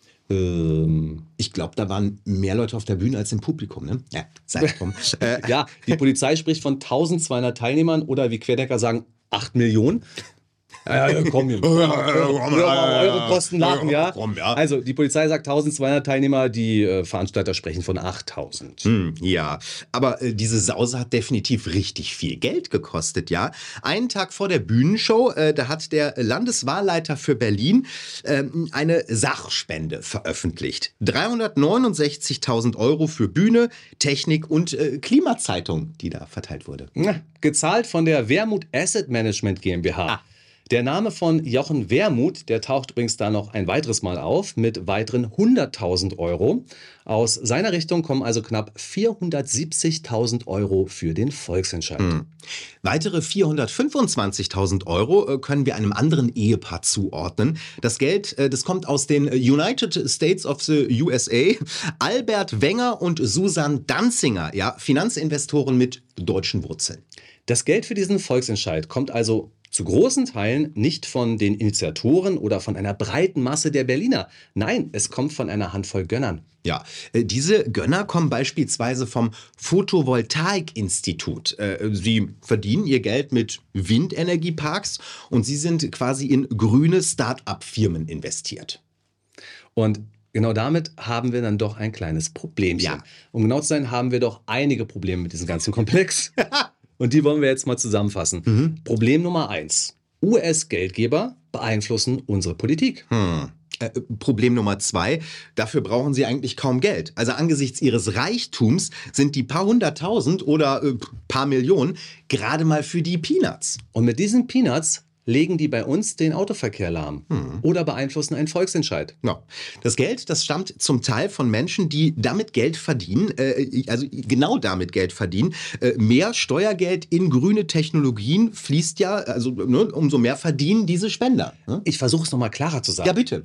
Speaker 6: Ich glaube, da waren mehr Leute auf der Bühne als im Publikum, ne? Ja, sei drum.
Speaker 5: Ja, die Polizei spricht von 1200 Teilnehmern oder wie Querdenker sagen, 8 Millionen. Ja, komm, eure Kosten lachen, ja? Also, die Polizei sagt 1200 Teilnehmer, die Veranstalter sprechen von 8000.
Speaker 6: Ja, aber diese Sause hat definitiv richtig viel Geld gekostet, ja? Einen Tag vor der Bühnenshow, da hat der Landeswahlleiter für Berlin eine Sachspende veröffentlicht. 369.000 € für Bühne, Technik und Klimazeitung, die da verteilt wurde.
Speaker 5: Ja, gezahlt von der Wermuth Asset Management GmbH. Der Name von Jochen Wermuth, der taucht übrigens da noch ein weiteres Mal auf, mit weiteren 100.000 €. Aus seiner Richtung kommen also knapp 470.000 € für den Volksentscheid.
Speaker 6: Weitere 425.000 € können wir einem anderen Ehepaar zuordnen. Das Geld, das kommt aus den United States of the USA. Albert Wenger und Susan Danzinger, ja, Finanzinvestoren mit deutschen Wurzeln.
Speaker 5: Das Geld für diesen Volksentscheid kommt also zu großen Teilen nicht von den Initiatoren oder von einer breiten Masse der Berliner. Nein, es kommt von einer Handvoll Gönnern.
Speaker 6: Ja, diese Gönner kommen beispielsweise vom Photovoltaik-Institut. Sie verdienen ihr Geld mit Windenergieparks und sie sind quasi in grüne Start-up-Firmen investiert.
Speaker 5: Und genau damit haben wir dann doch ein kleines Problemchen.
Speaker 6: Ja.
Speaker 5: Um genau zu sein, haben wir doch einige Probleme mit diesem ganzen Komplex. Und die wollen wir jetzt mal zusammenfassen. Problem Nummer 1. US-Geldgeber beeinflussen unsere Politik.
Speaker 6: Problem Nummer 2. Dafür brauchen sie eigentlich kaum Geld. Also angesichts ihres Reichtums sind die paar 100.000 oder paar Millionen gerade mal für die Peanuts.
Speaker 5: Und mit diesen Peanuts legen die bei uns den Autoverkehr lahm oder beeinflussen einen Volksentscheid.
Speaker 6: Ja. Das Geld, das stammt zum Teil von Menschen, die damit Geld verdienen, also genau damit Geld verdienen. Mehr Steuergeld in grüne Technologien fließt ja, also umso mehr verdienen diese Spender. Ne?
Speaker 5: Ich versuche es nochmal klarer zu sagen.
Speaker 6: Ja, bitte.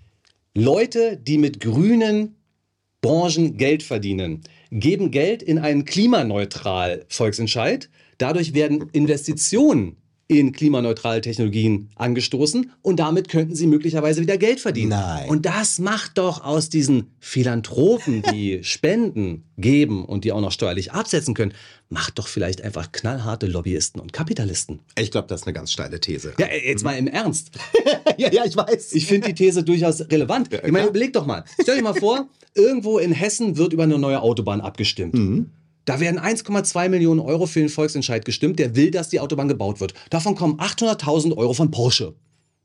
Speaker 5: Leute, die mit grünen Branchen Geld verdienen, geben Geld in einen klimaneutral Volksentscheid. Dadurch werden Investitionen in klimaneutrale Technologien angestoßen und damit könnten sie möglicherweise wieder Geld verdienen.
Speaker 6: Nein.
Speaker 5: Und das macht doch aus diesen Philanthropen, die Spenden geben und die auch noch steuerlich absetzen können, macht doch vielleicht einfach knallharte Lobbyisten und Kapitalisten.
Speaker 6: Ich glaube, das ist eine ganz steile These.
Speaker 5: Ja, jetzt mal im Ernst.
Speaker 6: ja, ich weiß.
Speaker 5: Ich finde die These durchaus relevant. Ich meine, überleg doch mal. Stell dir mal vor, irgendwo in Hessen wird über eine neue Autobahn abgestimmt. Da werden 1,2 Millionen Euro für den Volksentscheid gestimmt, der will, dass die Autobahn gebaut wird. Davon kommen 800.000 Euro von Porsche.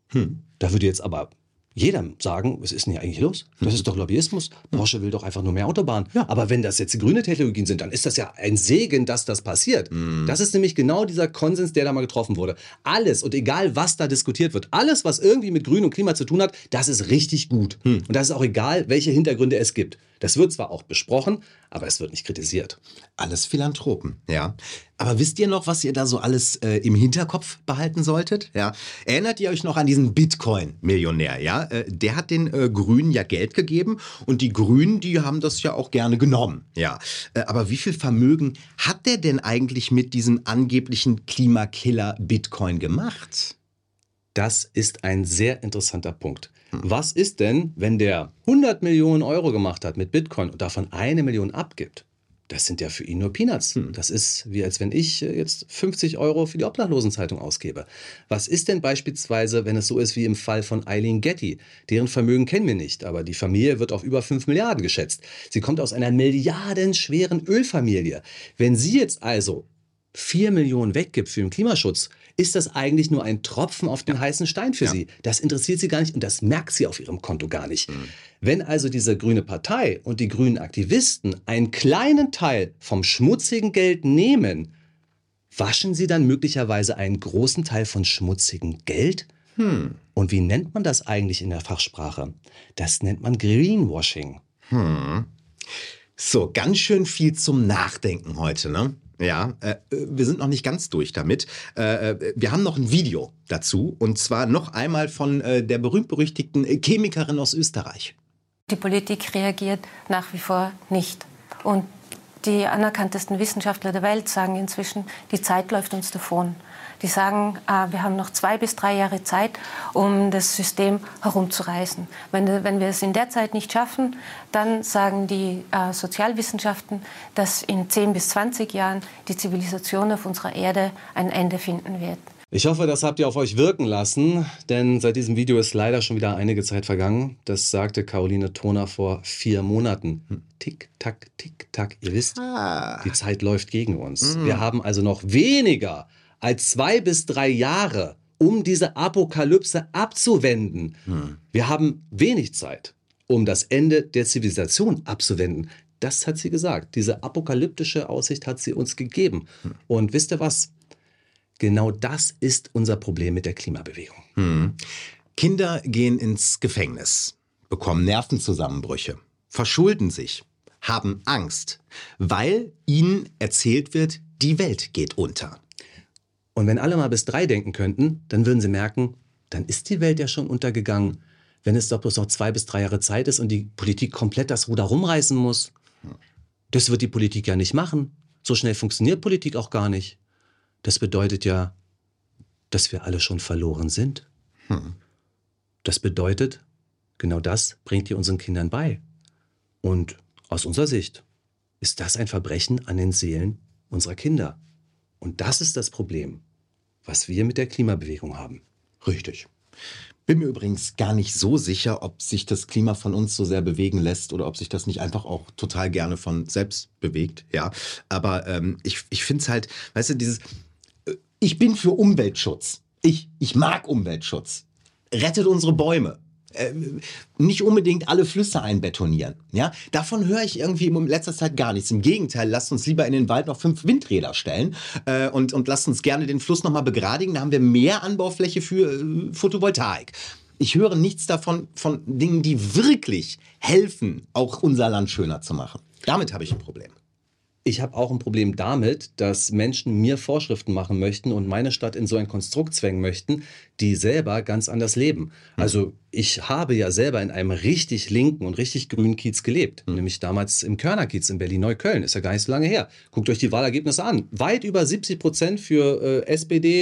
Speaker 5: Da würde jetzt aber jeder sagen, was ist denn hier eigentlich los? Das ist doch Lobbyismus. Porsche will doch einfach nur mehr Autobahn. Ja. Aber wenn das jetzt grüne Technologien sind, dann ist das ja ein Segen, dass das passiert. Das ist nämlich genau dieser Konsens, der da mal getroffen wurde. Alles und egal, was da diskutiert wird, alles, was irgendwie mit Grün und Klima zu tun hat, das ist richtig gut. Und das ist auch egal, welche Hintergründe es gibt. Das wird zwar auch besprochen, aber es wird nicht kritisiert.
Speaker 6: Alles Philanthropen, ja. Aber wisst ihr noch, was ihr da so alles im Hinterkopf behalten solltet? Ja. Erinnert ihr euch noch an diesen Bitcoin-Millionär? Ja, der hat den Grünen ja Geld gegeben und die Grünen, die haben das ja auch gerne genommen. Ja. Aber wie viel Vermögen hat der denn eigentlich mit diesem angeblichen Klimakiller Bitcoin gemacht?
Speaker 5: Das ist ein sehr interessanter Punkt. Was ist denn, wenn der 100 Millionen Euro gemacht hat mit Bitcoin und davon 1 Million abgibt? Das sind ja für ihn nur Peanuts. Das ist wie als wenn ich jetzt 50 Euro für die Obdachlosenzeitung ausgebe. Was ist denn beispielsweise, wenn es so ist wie im Fall von Eileen Getty? Deren Vermögen kennen wir nicht, aber die Familie wird auf über 5 Milliarden geschätzt. Sie kommt aus einer milliardenschweren Ölfamilie. Wenn sie jetzt also 4 Millionen weggibt für den Klimaschutz, ist das eigentlich nur ein Tropfen auf den heißen Stein für sie. Das interessiert sie gar nicht und das merkt sie auf ihrem Konto gar nicht. Wenn also diese grüne Partei und die grünen Aktivisten einen kleinen Teil vom schmutzigen Geld nehmen, waschen sie dann möglicherweise einen großen Teil von schmutzigem Geld? Und wie nennt man das eigentlich in der Fachsprache? Das nennt man Greenwashing.
Speaker 6: So, ganz schön viel zum Nachdenken heute, ne? Ja, wir sind noch nicht ganz durch damit. Wir haben noch ein Video dazu und zwar noch einmal von der berühmt-berüchtigten Chemikerin aus Österreich.
Speaker 16: Die Politik reagiert nach wie vor nicht. Und die anerkanntesten Wissenschaftler der Welt sagen inzwischen, die Zeit läuft uns davon. Die sagen, wir haben noch 2 bis 3 Jahre Zeit, um das System herumzureißen. Wenn wir es in der Zeit nicht schaffen, dann sagen die Sozialwissenschaften, dass in 10 bis 20 Jahren die Zivilisation auf unserer Erde ein Ende finden wird.
Speaker 5: Ich hoffe, das habt ihr auf euch wirken lassen, denn seit diesem Video ist leider schon wieder einige Zeit vergangen. Das sagte Caroline Thona vor 4 Monaten. Tick, tack, tick, tack. Ihr wisst, die Zeit läuft gegen uns. Wir haben also noch weniger als 2 bis 3 Jahre, um diese Apokalypse abzuwenden. Wir haben wenig Zeit, um das Ende der Zivilisation abzuwenden. Das hat sie gesagt. Diese apokalyptische Aussicht hat sie uns gegeben. Und wisst ihr was? Genau das ist unser Problem mit der Klimabewegung.
Speaker 6: Kinder gehen ins Gefängnis, bekommen Nervenzusammenbrüche, verschulden sich, haben Angst, weil ihnen erzählt wird, die Welt geht unter.
Speaker 5: Und wenn alle mal bis 3 denken könnten, dann würden sie merken, dann ist die Welt ja schon untergegangen. Wenn es doch bloß noch 2 bis 3 Jahre Zeit ist und die Politik komplett das Ruder rumreißen muss. Das wird die Politik ja nicht machen. So schnell funktioniert Politik auch gar nicht. Das bedeutet ja, dass wir alle schon verloren sind. Das bedeutet, genau das bringt ihr unseren Kindern bei. Und aus unserer Sicht ist das ein Verbrechen an den Seelen unserer Kinder. Und das ist das Problem, was wir mit der Klimabewegung haben.
Speaker 6: Richtig. Bin mir übrigens gar nicht so sicher, ob sich das Klima von uns so sehr bewegen lässt oder ob sich das nicht einfach auch total gerne von selbst bewegt. Ja, aber ich finde es halt, weißt du, dieses, ich bin für Umweltschutz. Ich mag Umweltschutz. Rettet unsere Bäume. Nicht unbedingt alle Flüsse einbetonieren. Ja? Davon höre ich irgendwie in letzter Zeit gar nichts. Im Gegenteil, lasst uns lieber in den Wald noch 5 Windräder stellen und lasst uns gerne den Fluss noch mal begradigen. Da haben wir mehr Anbaufläche für Photovoltaik. Ich höre nichts davon, von Dingen, die wirklich helfen, auch unser Land schöner zu machen. Damit habe ich ein Problem.
Speaker 5: Ich habe auch ein Problem damit, dass Menschen mir Vorschriften machen möchten und meine Stadt in so ein Konstrukt zwängen möchten, die selber ganz anders leben. Also ich habe ja selber in einem richtig linken und richtig grünen Kiez gelebt. Nämlich damals im Körnerkiez in Berlin-Neukölln. Ist ja gar nicht so lange her. Guckt euch die Wahlergebnisse an. Weit über 70% für SPD,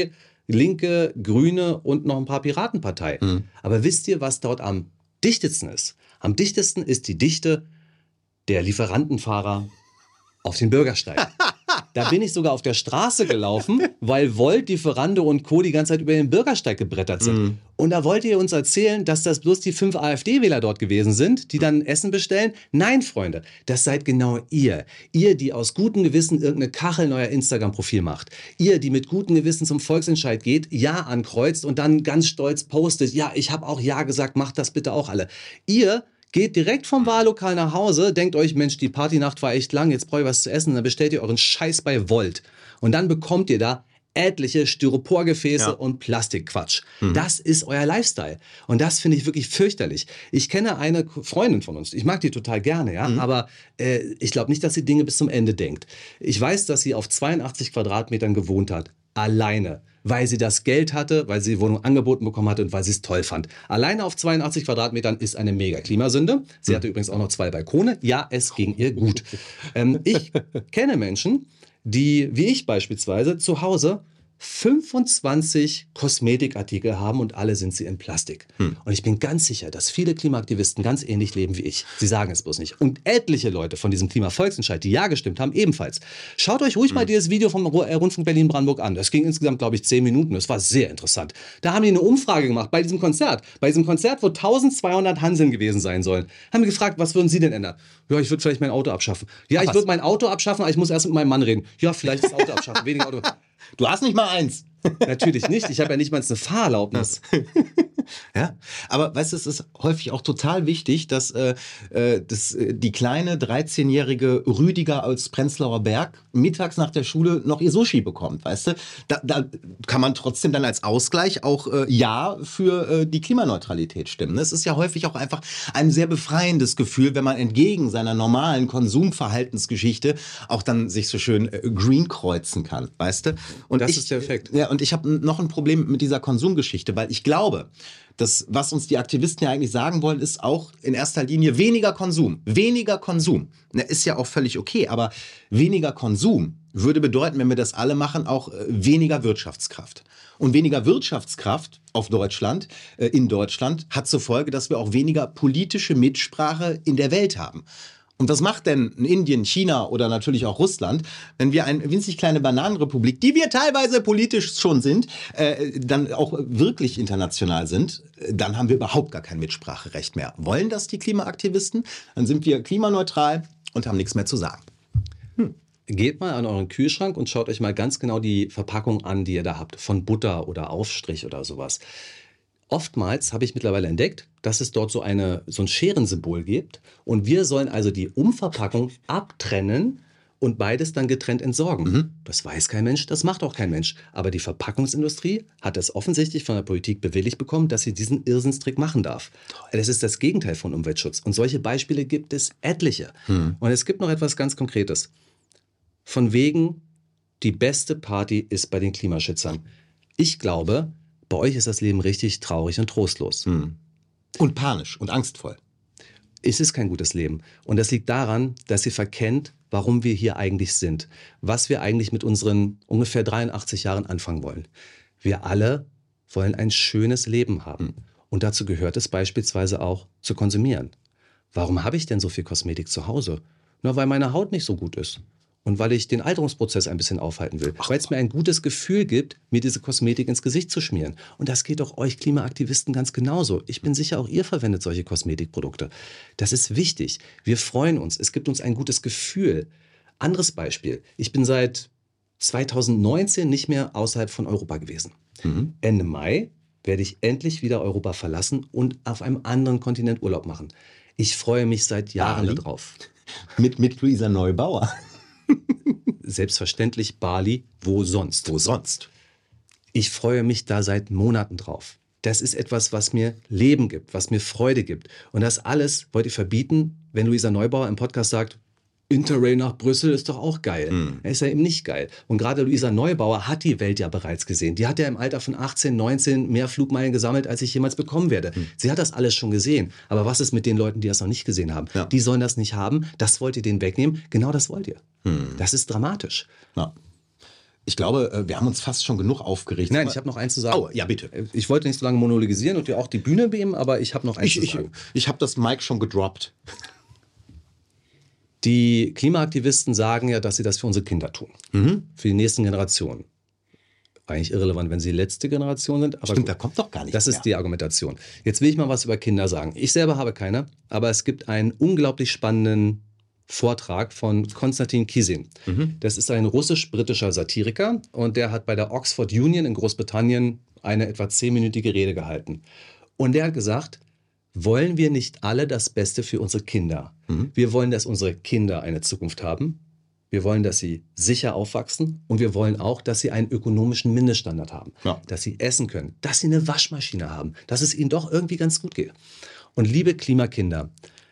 Speaker 5: Linke, Grüne und noch ein paar Piratenparteien. Aber wisst ihr, was dort am dichtesten ist? Am dichtesten ist die Dichte der Lieferantenfahrer auf den Bürgersteig. Da bin ich sogar auf der Straße gelaufen, weil Volt, Lieferando und Co. die ganze Zeit über den Bürgersteig gebrettert sind. Und da wollt ihr uns erzählen, dass das bloß die 5 AfD-Wähler dort gewesen sind, die dann Essen bestellen? Nein, Freunde, das seid genau ihr. Ihr, die aus gutem Gewissen irgendeine Kachel in euer Instagram-Profil macht. Ihr, die mit gutem Gewissen zum Volksentscheid geht, Ja ankreuzt und dann ganz stolz postet, ja, ich habe auch Ja gesagt, macht das bitte auch alle. Ihr geht direkt vom Wahllokal nach Hause, denkt euch, Mensch, die Partynacht war echt lang, jetzt brauche ich was zu essen, dann bestellt ihr euren Scheiß bei Volt. Und dann bekommt ihr da etliche Styroporgefäße und Plastikquatsch. Das ist euer Lifestyle. Und das finde ich wirklich fürchterlich. Ich kenne eine Freundin von uns, ich mag die total gerne, ja, aber ich glaube nicht, dass sie Dinge bis zum Ende denkt. Ich weiß, dass sie auf 82 Quadratmetern gewohnt hat, alleine. Weil sie das Geld hatte, weil sie die Wohnung angeboten bekommen hatte und weil sie es toll fand. Alleine auf 82 Quadratmetern ist eine mega Klimasünde. Sie hatte übrigens auch noch 2 Balkone. Ja, es ging ihr gut. Ich kenne Menschen, die, wie ich beispielsweise, zu Hause 25 Kosmetikartikel haben und alle sind sie in Plastik. Und ich bin ganz sicher, dass viele Klimaaktivisten ganz ähnlich leben wie ich. Sie sagen es bloß nicht. Und etliche Leute von diesem Klimavolksentscheid, die ja gestimmt haben, ebenfalls. Schaut euch ruhig mal dieses Video vom Rundfunk Berlin-Brandenburg an. Das ging insgesamt, glaube ich, 10 Minuten. Das war sehr interessant. Da haben die eine Umfrage gemacht bei diesem Konzert. Bei diesem Konzert, wo 1200 Hanseln gewesen sein sollen. Haben wir gefragt, was würden Sie denn ändern? Ja, ich würde vielleicht mein Auto abschaffen. Ja, ich würde mein Auto abschaffen, aber ich muss erst mit meinem Mann reden. Ja, vielleicht das Auto abschaffen, weniger Auto.
Speaker 6: Du hast nicht mal eins.
Speaker 5: Natürlich nicht. Ich habe ja nicht mal eine Fahrerlaubnis.
Speaker 6: Ja, aber weißt du, es ist häufig auch total wichtig, dass die kleine 13-jährige Rüdiger aus Prenzlauer Berg mittags nach der Schule noch ihr Sushi bekommt, weißt du? Da kann man trotzdem dann als Ausgleich auch Ja für die Klimaneutralität stimmen. Es ist ja häufig auch einfach ein sehr befreiendes Gefühl, wenn man entgegen seiner normalen Konsumverhaltensgeschichte auch dann sich so schön green kreuzen kann, weißt du? Und
Speaker 5: das ist der Effekt.
Speaker 6: Ja, und ich habe noch ein Problem mit dieser Konsumgeschichte, weil ich glaube, das, was uns die Aktivisten ja eigentlich sagen wollen, ist auch in erster Linie weniger Konsum. Weniger Konsum. Na, ist ja auch völlig okay, aber weniger Konsum würde bedeuten, wenn wir das alle machen, auch weniger Wirtschaftskraft. Und weniger Wirtschaftskraft auf Deutschland, in Deutschland, hat zur Folge, dass wir auch weniger politische Mitsprache in der Welt haben. Und was macht denn Indien, China oder natürlich auch Russland, wenn wir eine winzig kleine Bananenrepublik, die wir teilweise politisch schon sind, dann auch wirklich international sind, dann haben wir überhaupt gar kein Mitspracherecht mehr. Wollen das die Klimaaktivisten? Dann sind wir klimaneutral und haben nichts mehr zu sagen.
Speaker 5: Geht mal an euren Kühlschrank und schaut euch mal ganz genau die Verpackung an, die ihr da habt, von Butter oder Aufstrich oder sowas. Oftmals habe ich mittlerweile entdeckt, dass es dort so ein Scherensymbol gibt und wir sollen also die Umverpackung abtrennen und beides dann getrennt entsorgen. Das weiß kein Mensch, das macht auch kein Mensch. Aber die Verpackungsindustrie hat es offensichtlich von der Politik bewilligt bekommen, dass sie diesen Irrsinnstrick machen darf. Das ist das Gegenteil von Umweltschutz. Und solche Beispiele gibt es etliche. Und es gibt noch etwas ganz Konkretes. Von wegen, die beste Party ist bei den Klimaschützern. Ich glaube, bei euch ist das Leben richtig traurig und trostlos.
Speaker 6: Und panisch und angstvoll.
Speaker 5: Es ist kein gutes Leben. Und das liegt daran, dass ihr verkennt, warum wir hier eigentlich sind. Was wir eigentlich mit unseren ungefähr 83 Jahren anfangen wollen. Wir alle wollen ein schönes Leben haben. Und dazu gehört es beispielsweise auch zu konsumieren. Warum habe ich denn so viel Kosmetik zu Hause? Nur weil meine Haut nicht so gut ist. Und weil ich den Alterungsprozess ein bisschen aufhalten will. Weil es mir ein gutes Gefühl gibt, mir diese Kosmetik ins Gesicht zu schmieren. Und das geht auch euch Klimaaktivisten ganz genauso. Ich bin sicher, auch ihr verwendet solche Kosmetikprodukte. Das ist wichtig. Wir freuen uns. Es gibt uns ein gutes Gefühl. Anderes Beispiel. Ich bin seit 2019 nicht mehr außerhalb von Europa gewesen. Ende Mai werde ich endlich wieder Europa verlassen und auf einem anderen Kontinent Urlaub machen. Ich freue mich seit Jahren darauf.
Speaker 6: Mit Luisa Neubauer.
Speaker 5: Selbstverständlich Bali, wo sonst?
Speaker 6: Wo sonst?
Speaker 5: Ich freue mich da seit Monaten drauf. Das ist etwas, was mir Leben gibt, was mir Freude gibt. Und das alles wollt ihr verbieten, wenn Luisa Neubauer im Podcast sagt, Interrail nach Brüssel ist doch auch geil. Ist ja eben nicht geil. Und gerade Luisa Neubauer hat die Welt ja bereits gesehen. Die hat ja im Alter von 18, 19 mehr Flugmeilen gesammelt, als ich jemals bekommen werde. Sie hat das alles schon gesehen. Aber was ist mit den Leuten, die das noch nicht gesehen haben? Ja. Die sollen das nicht haben. Das wollt ihr denen wegnehmen. Genau das wollt ihr. Das ist dramatisch.
Speaker 6: Ja. Ich glaube, wir haben uns fast schon genug aufgeregt.
Speaker 5: Nein, ich habe noch eins zu sagen.
Speaker 6: Oh, ja, bitte.
Speaker 5: Ich wollte nicht so lange monologisieren und dir auch die Bühne beamen, aber ich habe noch eins zu sagen.
Speaker 6: Ich habe das Mic schon gedroppt.
Speaker 5: Die Klimaaktivisten sagen ja, dass sie das für unsere Kinder tun. Für die nächsten Generationen. Eigentlich irrelevant, wenn sie die letzte Generation sind. Aber
Speaker 6: stimmt, da kommt doch gar nichts
Speaker 5: mehr. Das ist die Argumentation. Jetzt will ich mal was über Kinder sagen. Ich selber habe keine, aber es gibt einen unglaublich spannenden Vortrag von Konstantin Kisin. Das ist ein russisch-britischer Satiriker und der hat bei der Oxford Union in Großbritannien eine etwa 10-minütige Rede gehalten. Und der hat gesagt, wollen wir nicht alle das Beste für unsere Kinder? Wir wollen, dass unsere Kinder eine Zukunft haben. Wir wollen, dass sie sicher aufwachsen und wir wollen auch, dass sie einen ökonomischen Mindeststandard haben, dass sie essen können, dass sie eine Waschmaschine haben, dass es ihnen doch irgendwie ganz gut geht. Und liebe Klimakinder,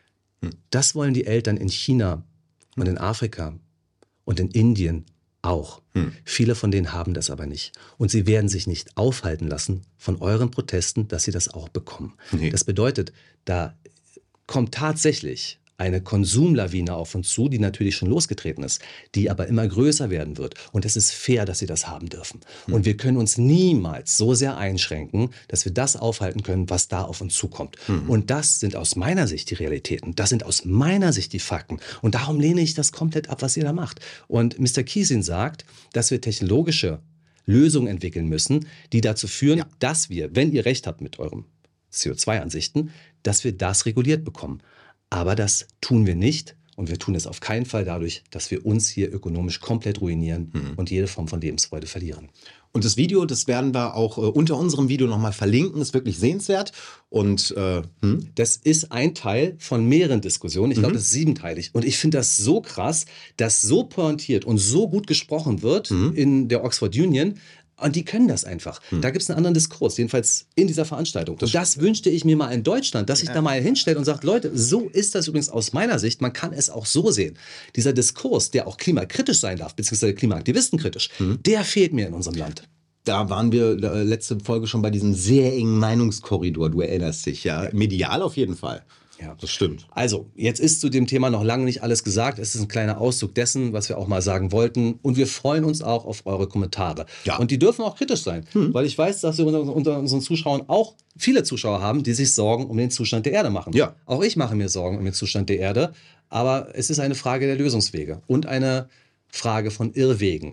Speaker 5: das wollen die Eltern in China und in Afrika und in Indien auch. Viele von denen haben das aber nicht. Und sie werden sich nicht aufhalten lassen von euren Protesten, dass sie das auch bekommen. Das bedeutet, da kommt tatsächlich eine Konsumlawine auf uns zu, die natürlich schon losgetreten ist, die aber immer größer werden wird. Und es ist fair, dass sie das haben dürfen. Und wir können uns niemals so sehr einschränken, dass wir das aufhalten können, was da auf uns zukommt. Und das sind aus meiner Sicht die Realitäten. Das sind aus meiner Sicht die Fakten. Und darum lehne ich das komplett ab, was ihr da macht. Und Mr. Kisin sagt, dass wir technologische Lösungen entwickeln müssen, die dazu führen, dass wir, wenn ihr recht habt mit euren CO2-Ansichten, dass wir das reguliert bekommen. Aber das tun wir nicht und wir tun es auf keinen Fall dadurch, dass wir uns hier ökonomisch komplett ruinieren und jede Form von Lebensfreude verlieren.
Speaker 6: Und das Video, das werden wir auch unter unserem Video nochmal verlinken, ist wirklich sehenswert. Und
Speaker 5: das ist ein Teil von mehreren Diskussionen. Ich glaube, das ist 7-teilig. Und ich finde das so krass, dass so pointiert und so gut gesprochen wird in der Oxford Union. Und die können das einfach. Da gibt es einen anderen Diskurs, jedenfalls in dieser Veranstaltung. Und das wünschte ich mir mal in Deutschland, dass ich da mal hinstelle und sage, Leute, so ist das übrigens aus meiner Sicht. Man kann es auch so sehen. Dieser Diskurs, der auch klimakritisch sein darf, beziehungsweise klimaaktivistenkritisch, der fehlt mir in unserem Land.
Speaker 6: Da waren wir letzte Folge schon bei diesem sehr engen Meinungskorridor. Du erinnerst dich, ja? Medial auf jeden Fall.
Speaker 5: Ja,
Speaker 6: das stimmt.
Speaker 5: Also, jetzt ist zu dem Thema noch lange nicht alles gesagt. Es ist ein kleiner Auszug dessen, was wir auch mal sagen wollten. Und wir freuen uns auch auf eure Kommentare. Ja. Und die dürfen auch kritisch sein, weil ich weiß, dass wir unter unseren Zuschauern auch viele Zuschauer haben, die sich Sorgen um den Zustand der Erde machen.
Speaker 6: Ja.
Speaker 5: Auch ich mache mir Sorgen um den Zustand der Erde. Aber es ist eine Frage der Lösungswege und eine Frage von Irrwegen.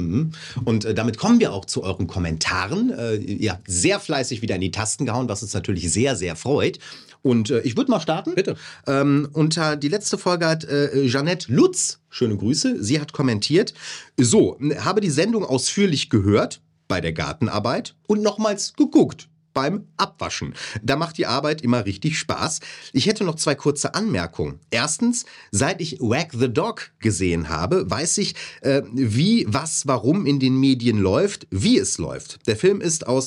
Speaker 6: Und damit kommen wir auch zu euren Kommentaren. Ihr habt sehr fleißig wieder in die Tasten gehauen, was uns natürlich sehr, sehr freut. Und ich würde mal starten.
Speaker 5: Bitte.
Speaker 6: Unter die letzte Folge hat Jeanette Lutz, schöne Grüße, sie hat kommentiert, so, habe die Sendung ausführlich gehört bei der Gartenarbeit und nochmals geguckt beim Abwaschen. Da macht die Arbeit immer richtig Spaß. Ich hätte noch 2 kurze Anmerkungen. Erstens, seit ich Wag the Dog gesehen habe, weiß ich, wie, was, warum in den Medien läuft, wie es läuft. Der Film ist aus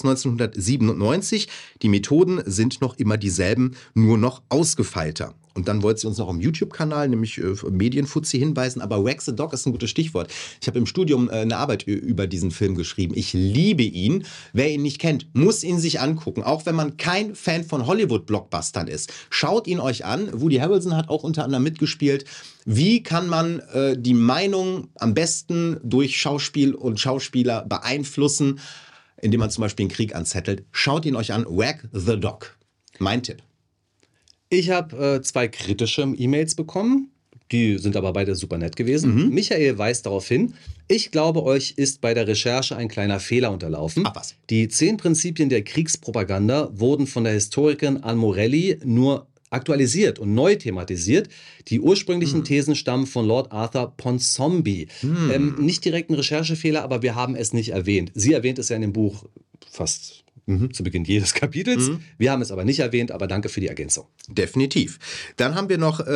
Speaker 6: 1997. Die Methoden sind noch immer dieselben, nur noch ausgefeilter. Und dann wollte sie uns noch am YouTube-Kanal, nämlich Medienfuzzi, hinweisen. Aber Wag the Dog ist ein gutes Stichwort. Ich habe im Studium eine Arbeit über diesen Film geschrieben. Ich liebe ihn. Wer ihn nicht kennt, muss ihn sich angucken. Auch wenn man kein Fan von Hollywood-Blockbustern ist. Schaut ihn euch an. Woody Harrelson hat auch unter anderem mitgespielt. Wie kann man die Meinung am besten durch Schauspiel und Schauspieler beeinflussen, indem man zum Beispiel einen Krieg anzettelt? Schaut ihn euch an. Wag the Dog. Mein Tipp.
Speaker 5: Ich habe 2 kritische E-Mails bekommen, die sind aber beide super nett gewesen. Michael weist darauf hin, ich glaube, euch ist bei der Recherche ein kleiner Fehler unterlaufen.
Speaker 6: Ach was.
Speaker 5: Die 10 Prinzipien der Kriegspropaganda wurden von der Historikerin Anne Morelli nur aktualisiert und neu thematisiert. Die ursprünglichen Thesen stammen von Lord Arthur Ponsonby. Nicht direkt ein Recherchefehler, aber wir haben es nicht erwähnt. Sie erwähnt es ja in dem Buch fast zu Beginn jedes Kapitels. Wir haben es aber nicht erwähnt, aber danke für die Ergänzung.
Speaker 6: Definitiv. Dann haben wir noch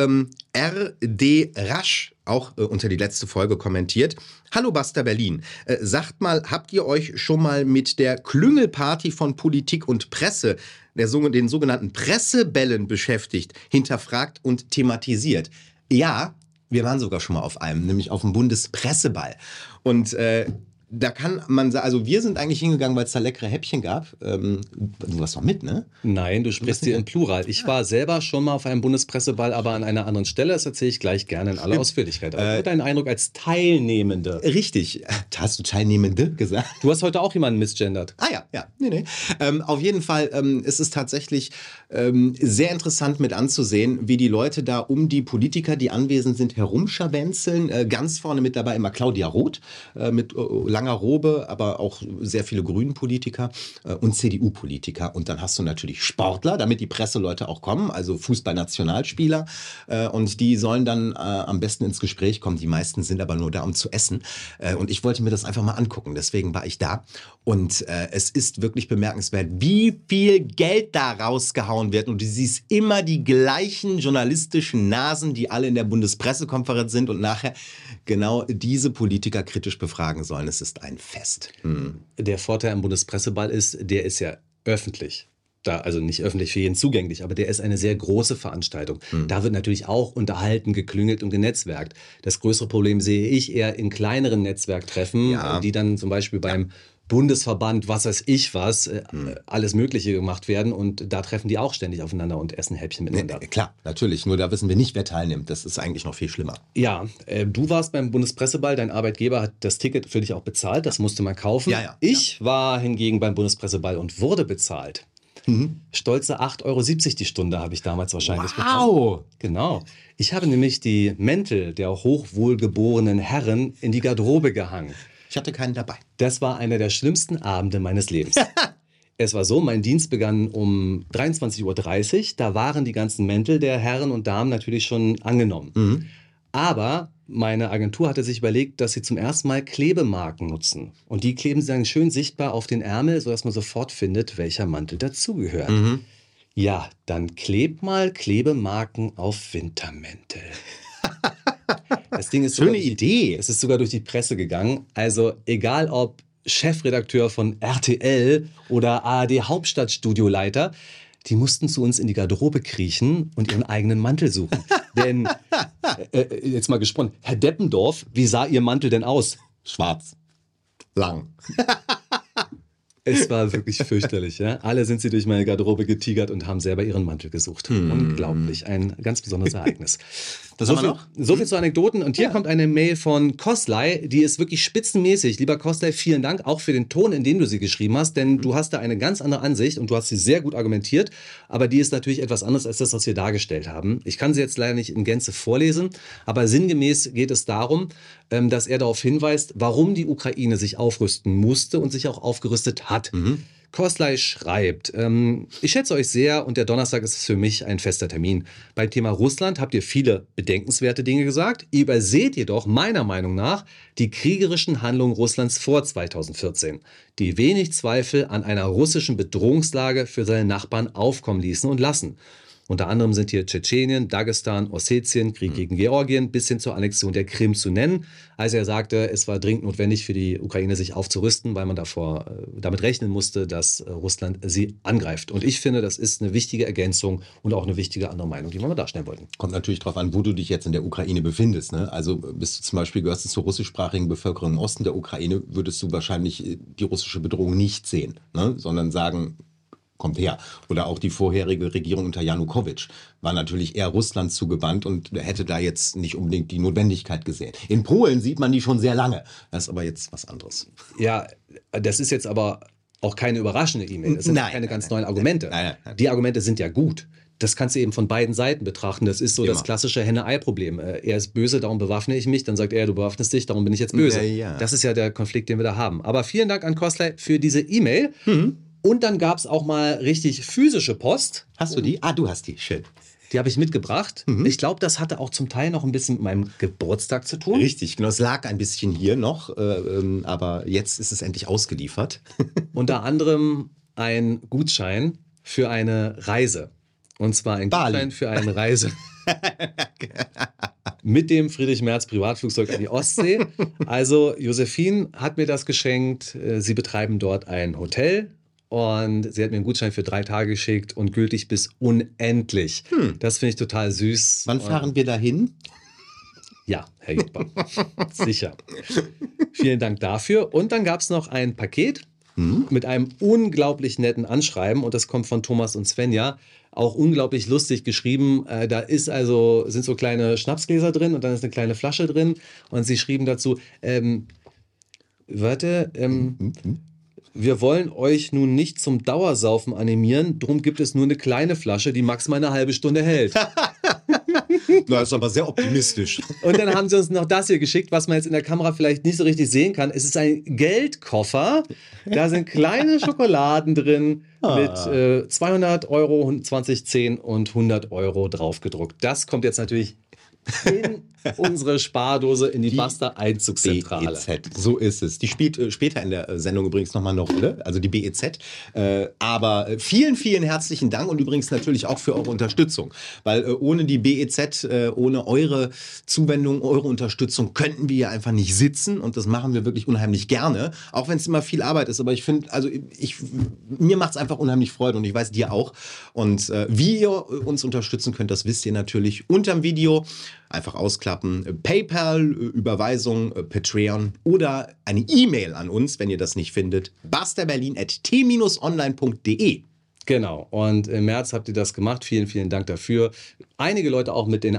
Speaker 6: R.D. Rasch, auch unter die letzte Folge kommentiert. Hallo Buster Berlin. Sagt mal, habt ihr euch schon mal mit der Klüngelparty von Politik und Presse, den sogenannten Pressebällen beschäftigt, hinterfragt und thematisiert? Ja, wir waren sogar schon mal auf einem, nämlich auf dem Bundespresseball. Und Da kann man sagen, also wir sind eigentlich hingegangen, weil es da leckere Häppchen gab. Du warst noch mit, ne?
Speaker 5: Nein, du sprichst hier im Plural. Ich war selber schon mal auf einem Bundespresseball, aber an einer anderen Stelle. Das erzähle ich gleich gerne in aller Ausführlichkeit. Aber deinen Eindruck als Teilnehmende.
Speaker 6: Richtig. Hast du Teilnehmende gesagt?
Speaker 5: Du hast heute auch jemanden misgendert.
Speaker 6: Ah ja. Nee. Auf jeden Fall ist es tatsächlich sehr interessant mit anzusehen, wie die Leute da um die Politiker, die anwesend sind, herumscharwenzeln. Ganz vorne mit dabei immer Claudia Roth mit langer Robe, aber auch sehr viele Grünen-Politiker und CDU-Politiker. Und dann hast du natürlich Sportler, damit die Presseleute auch kommen, also Fußballnationalspieler. Und die sollen dann am besten ins Gespräch kommen. Die meisten sind aber nur da, um zu essen. Und ich wollte mir das einfach mal angucken. Deswegen war ich da. Und es ist wirklich bemerkenswert, wie viel Geld da rausgehauen wird. Und du siehst immer die gleichen journalistischen Nasen, die alle in der Bundespressekonferenz sind und nachher genau diese Politiker kritisch befragen sollen. Es ist ein Fest.
Speaker 5: Der Vorteil am Bundespresseball ist, der ist ja öffentlich. Also nicht öffentlich für jeden zugänglich, aber der ist eine sehr große Veranstaltung. Da wird natürlich auch unterhalten, geklüngelt und genetzwerkt. Das größere Problem sehe ich eher in kleineren Netzwerktreffen, die dann zum Beispiel beim Bundesverband, was weiß ich was, alles Mögliche gemacht werden und da treffen die auch ständig aufeinander und essen Häppchen miteinander.
Speaker 6: Klar, natürlich, nur da wissen wir nicht, wer teilnimmt. Das ist eigentlich noch viel schlimmer.
Speaker 5: Ja, du warst beim Bundespresseball, dein Arbeitgeber hat das Ticket für dich auch bezahlt, das musste man kaufen. Ich war hingegen beim Bundespresseball und wurde bezahlt. Stolze 8,70 € die Stunde habe ich damals wahrscheinlich bekommen. Genau. Ich habe nämlich die Mäntel der hochwohlgeborenen Herren in die Garderobe gehangen.
Speaker 6: Ich hatte keinen dabei.
Speaker 5: Das war einer der schlimmsten Abende meines Lebens. Es war so, mein Dienst begann um 23:30 Uhr. Da waren die ganzen Mäntel der Herren und Damen natürlich schon angenommen. Aber meine Agentur hatte sich überlegt, dass sie zum ersten Mal Klebemarken nutzen. Und die kleben sie dann schön sichtbar auf den Ärmel, sodass man sofort findet, welcher Mantel dazugehört. Ja, dann klebt mal Klebemarken auf Wintermäntel. Das Ding ist
Speaker 6: schöne Idee.
Speaker 5: Es ist sogar durch die Presse gegangen. Also egal ob Chefredakteur von RTL oder ARD-Hauptstadtstudioleiter, die mussten zu uns in die Garderobe kriechen und ihren eigenen Mantel suchen. Denn, jetzt mal gesponnen, Herr Deppendorf, wie sah Ihr Mantel denn aus?
Speaker 6: Schwarz. Lang.
Speaker 5: Es war wirklich fürchterlich. Ja? Alle sind sie durch meine Garderobe getigert und haben selber ihren Mantel gesucht. Unglaublich. Ein ganz besonderes Ereignis. So viel zu Anekdoten. Und hier kommt eine Mail von Koslay, die ist wirklich spitzenmäßig. Lieber Koslay, vielen Dank auch für den Ton, in dem du sie geschrieben hast, denn du hast da eine ganz andere Ansicht und du hast sie sehr gut argumentiert, aber die ist natürlich etwas anderes als das, was wir dargestellt haben. Ich kann sie jetzt leider nicht in Gänze vorlesen, aber sinngemäß geht es darum, dass er darauf hinweist, warum die Ukraine sich aufrüsten musste und sich auch aufgerüstet hat. Koslay schreibt, ich schätze euch sehr und der Donnerstag ist für mich ein fester Termin. Beim Thema Russland habt ihr viele bedenkenswerte Dinge gesagt. Ihr überseht jedoch meiner Meinung nach die kriegerischen Handlungen Russlands vor 2014, die wenig Zweifel an einer russischen Bedrohungslage für seine Nachbarn aufkommen ließen und lassen. Unter anderem sind hier Tschetschenien, Dagestan, Ossetien, Krieg gegen Georgien bis hin zur Annexion der Krim zu nennen. Also er sagte, es war dringend notwendig für die Ukraine, sich aufzurüsten, weil man damit rechnen musste, dass Russland sie angreift. Und ich finde, das ist eine wichtige Ergänzung und auch eine wichtige andere Meinung, die wir mal darstellen wollten.
Speaker 6: Kommt natürlich darauf an, wo du dich jetzt in der Ukraine befindest. Ne? Also bist du zum Beispiel, gehörst du zur russischsprachigen Bevölkerung im Osten der Ukraine, würdest du wahrscheinlich die russische Bedrohung nicht sehen, ne? Sondern sagen, kommt her. Oder auch die vorherige Regierung unter Janukowitsch war natürlich eher Russland zugewandt und hätte da jetzt nicht unbedingt die Notwendigkeit gesehen. In Polen sieht man die schon sehr lange. Das ist aber jetzt was anderes.
Speaker 5: Ja, das ist jetzt aber auch keine überraschende E-Mail. Das sind keine ganz neuen Argumente. Nein. Die Argumente sind ja gut. Das kannst du eben von beiden Seiten betrachten. Das ist so das klassische Henne-Ei-Problem. Er ist böse, darum bewaffne ich mich. Dann sagt er, du bewaffnest dich, darum bin ich jetzt böse.
Speaker 6: Ja.
Speaker 5: Das ist ja der Konflikt, den wir da haben. Aber vielen Dank an Koslay für diese E-Mail. Und dann gab es auch mal richtig physische Post.
Speaker 6: Hast du die? Ah, du hast die. Schön.
Speaker 5: Die habe ich mitgebracht. Ich glaube, das hatte auch zum Teil noch ein bisschen mit meinem Geburtstag zu tun.
Speaker 6: Richtig, genau. Es lag ein bisschen hier noch, aber jetzt ist es endlich ausgeliefert.
Speaker 5: Unter anderem ein Gutschein für eine Reise. Und zwar ein Gutschein für eine Reise mit dem Friedrich-Merz-Privatflugzeug in die Ostsee. Also Josephine hat mir das geschenkt. Sie betreiben dort ein Hotel. Und sie hat mir einen Gutschein für 3 Tage geschickt und gültig bis unendlich. Das finde ich total süß.
Speaker 6: Wann fahren wir dahin?
Speaker 5: Ja, Herr Jutbach. Sicher. Vielen Dank dafür. Und dann gab es noch ein Paket mit einem unglaublich netten Anschreiben. Und das kommt von Thomas und Svenja. Auch unglaublich lustig geschrieben. Da sind so kleine Schnapsgläser drin und dann ist eine kleine Flasche drin. Und sie schrieben dazu, wir wollen euch nun nicht zum Dauersaufen animieren, drum gibt es nur eine kleine Flasche, die maximal eine halbe Stunde hält.
Speaker 6: Das ist aber sehr optimistisch.
Speaker 5: Und dann haben sie uns noch das hier geschickt, was man jetzt in der Kamera vielleicht nicht so richtig sehen kann. Es ist ein Geldkoffer, da sind kleine Schokoladen drin mit 200 Euro, 20, 10 und 100 Euro draufgedruckt. Das kommt jetzt natürlich in unsere Spardose, in die Buster-Einzugszentrale.
Speaker 6: BEZ, so ist es. Die spielt später in der Sendung übrigens nochmal eine Rolle, also die BEZ. Aber vielen, vielen herzlichen Dank und übrigens natürlich auch für eure Unterstützung. Weil ohne die BEZ, ohne eure Zuwendung, eure Unterstützung könnten wir hier einfach nicht sitzen und das machen wir wirklich unheimlich gerne. Auch wenn es immer viel Arbeit ist, aber ich finde, mir macht es einfach unheimlich Freude und ich weiß dir auch. Und wie ihr uns unterstützen könnt, das wisst ihr natürlich unterm Video. Einfach ausklappen. PayPal, Überweisung, Patreon oder eine E-Mail an uns, wenn ihr das nicht findet. busterberlin@t-online.de.
Speaker 5: Genau. Und im März habt ihr das gemacht. Vielen, vielen Dank dafür. Einige Leute auch mit den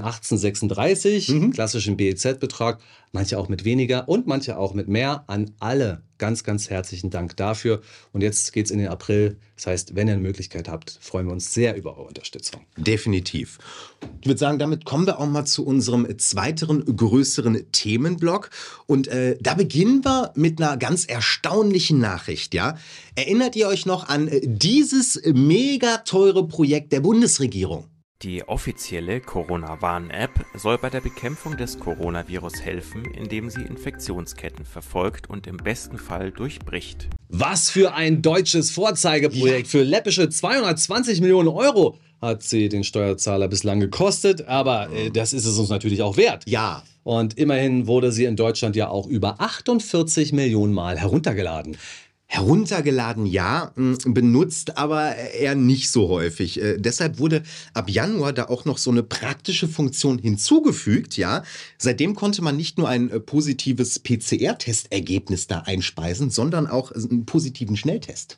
Speaker 5: 1836, klassischen BEZ-Betrag. Manche auch mit weniger und manche auch mit mehr. An alle ganz, ganz herzlichen Dank dafür. Und jetzt geht's in den April. Das heißt, wenn ihr eine Möglichkeit habt, freuen wir uns sehr über eure Unterstützung.
Speaker 6: Definitiv. Ich würde sagen, damit kommen wir auch mal zu unserem zweiten, größeren Themenblock. Und da beginnen wir mit einer ganz erstaunlichen Nachricht. Ja? Erinnert ihr euch noch an dieses mega teure Projekt der Bundesregierung?
Speaker 20: Die offizielle Corona-Warn-App soll bei der Bekämpfung des Coronavirus helfen, indem sie Infektionsketten verfolgt und im besten Fall durchbricht.
Speaker 5: Was für ein deutsches Vorzeigeprojekt! Ja. Für läppische 220 Millionen Euro hat sie den Steuerzahler bislang gekostet, aber das ist es uns natürlich auch wert.
Speaker 6: Ja.
Speaker 5: Und immerhin wurde sie in Deutschland ja auch über 48 Millionen Mal heruntergeladen.
Speaker 6: Heruntergeladen, ja, benutzt aber eher nicht so häufig. Deshalb wurde ab Januar da auch noch so eine praktische Funktion hinzugefügt, ja. Seitdem konnte man nicht nur ein positives PCR-Testergebnis da einspeisen, sondern auch einen positiven Schnelltest.